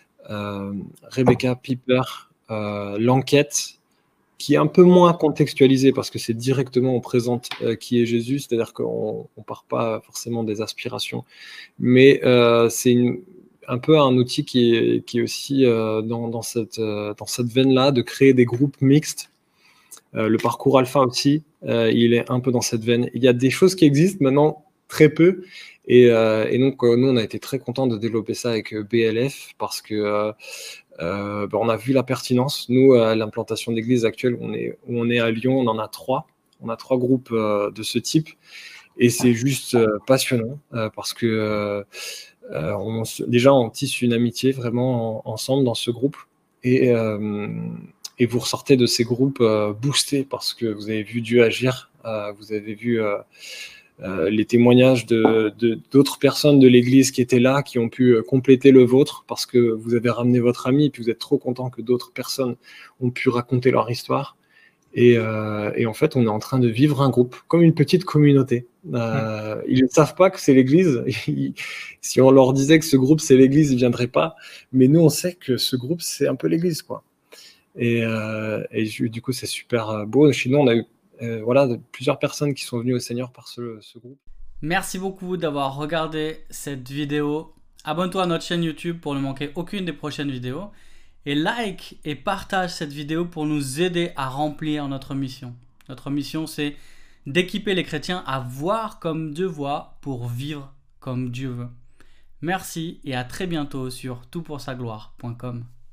Rebecca Piper, l'enquête, qui est un peu moins contextualisé parce que c'est directement, on présente qui est Jésus, c'est-à-dire qu'on ne part pas forcément des aspirations, mais c'est un peu un outil qui est aussi dans cette veine-là, de créer des groupes mixtes. Le parcours alpha aussi, il est un peu dans cette veine. Il y a des choses qui existent maintenant, très peu, et donc nous, on a été très contents de développer ça avec BLF parce que on a vu la pertinence. Nous, à l'implantation d'église actuelle, où on est à Lyon, on en a 3. On a 3 groupes de ce type. Et c'est juste passionnant parce que déjà, on tisse une amitié vraiment ensemble dans ce groupe. Et vous ressortez de ces groupes boostés parce que vous avez vu Dieu agir. Vous avez vu les témoignages d'autres personnes de l'église qui étaient là, qui ont pu compléter le vôtre parce que vous avez ramené votre ami et puis vous êtes trop content que d'autres personnes ont pu raconter leur histoire. Et en fait, on est en train de vivre un groupe, comme une petite communauté. Ils ne savent pas que c'est l'église. Si on leur disait que ce groupe, c'est l'église, ils ne viendraient pas. Mais nous, on sait que ce groupe, c'est un peu l'église, quoi. Et du coup, c'est super beau. Chez nous, on a eu plusieurs personnes qui sont venues au Seigneur par ce groupe. Merci beaucoup d'avoir regardé cette vidéo. Abonne-toi à notre chaîne YouTube pour ne manquer aucune des prochaines vidéos. Et like et partage cette vidéo pour nous aider à remplir notre mission. Notre mission, c'est d'équiper les chrétiens à voir comme Dieu voit pour vivre comme Dieu veut. Merci et à très bientôt sur toutpoursagloire.com.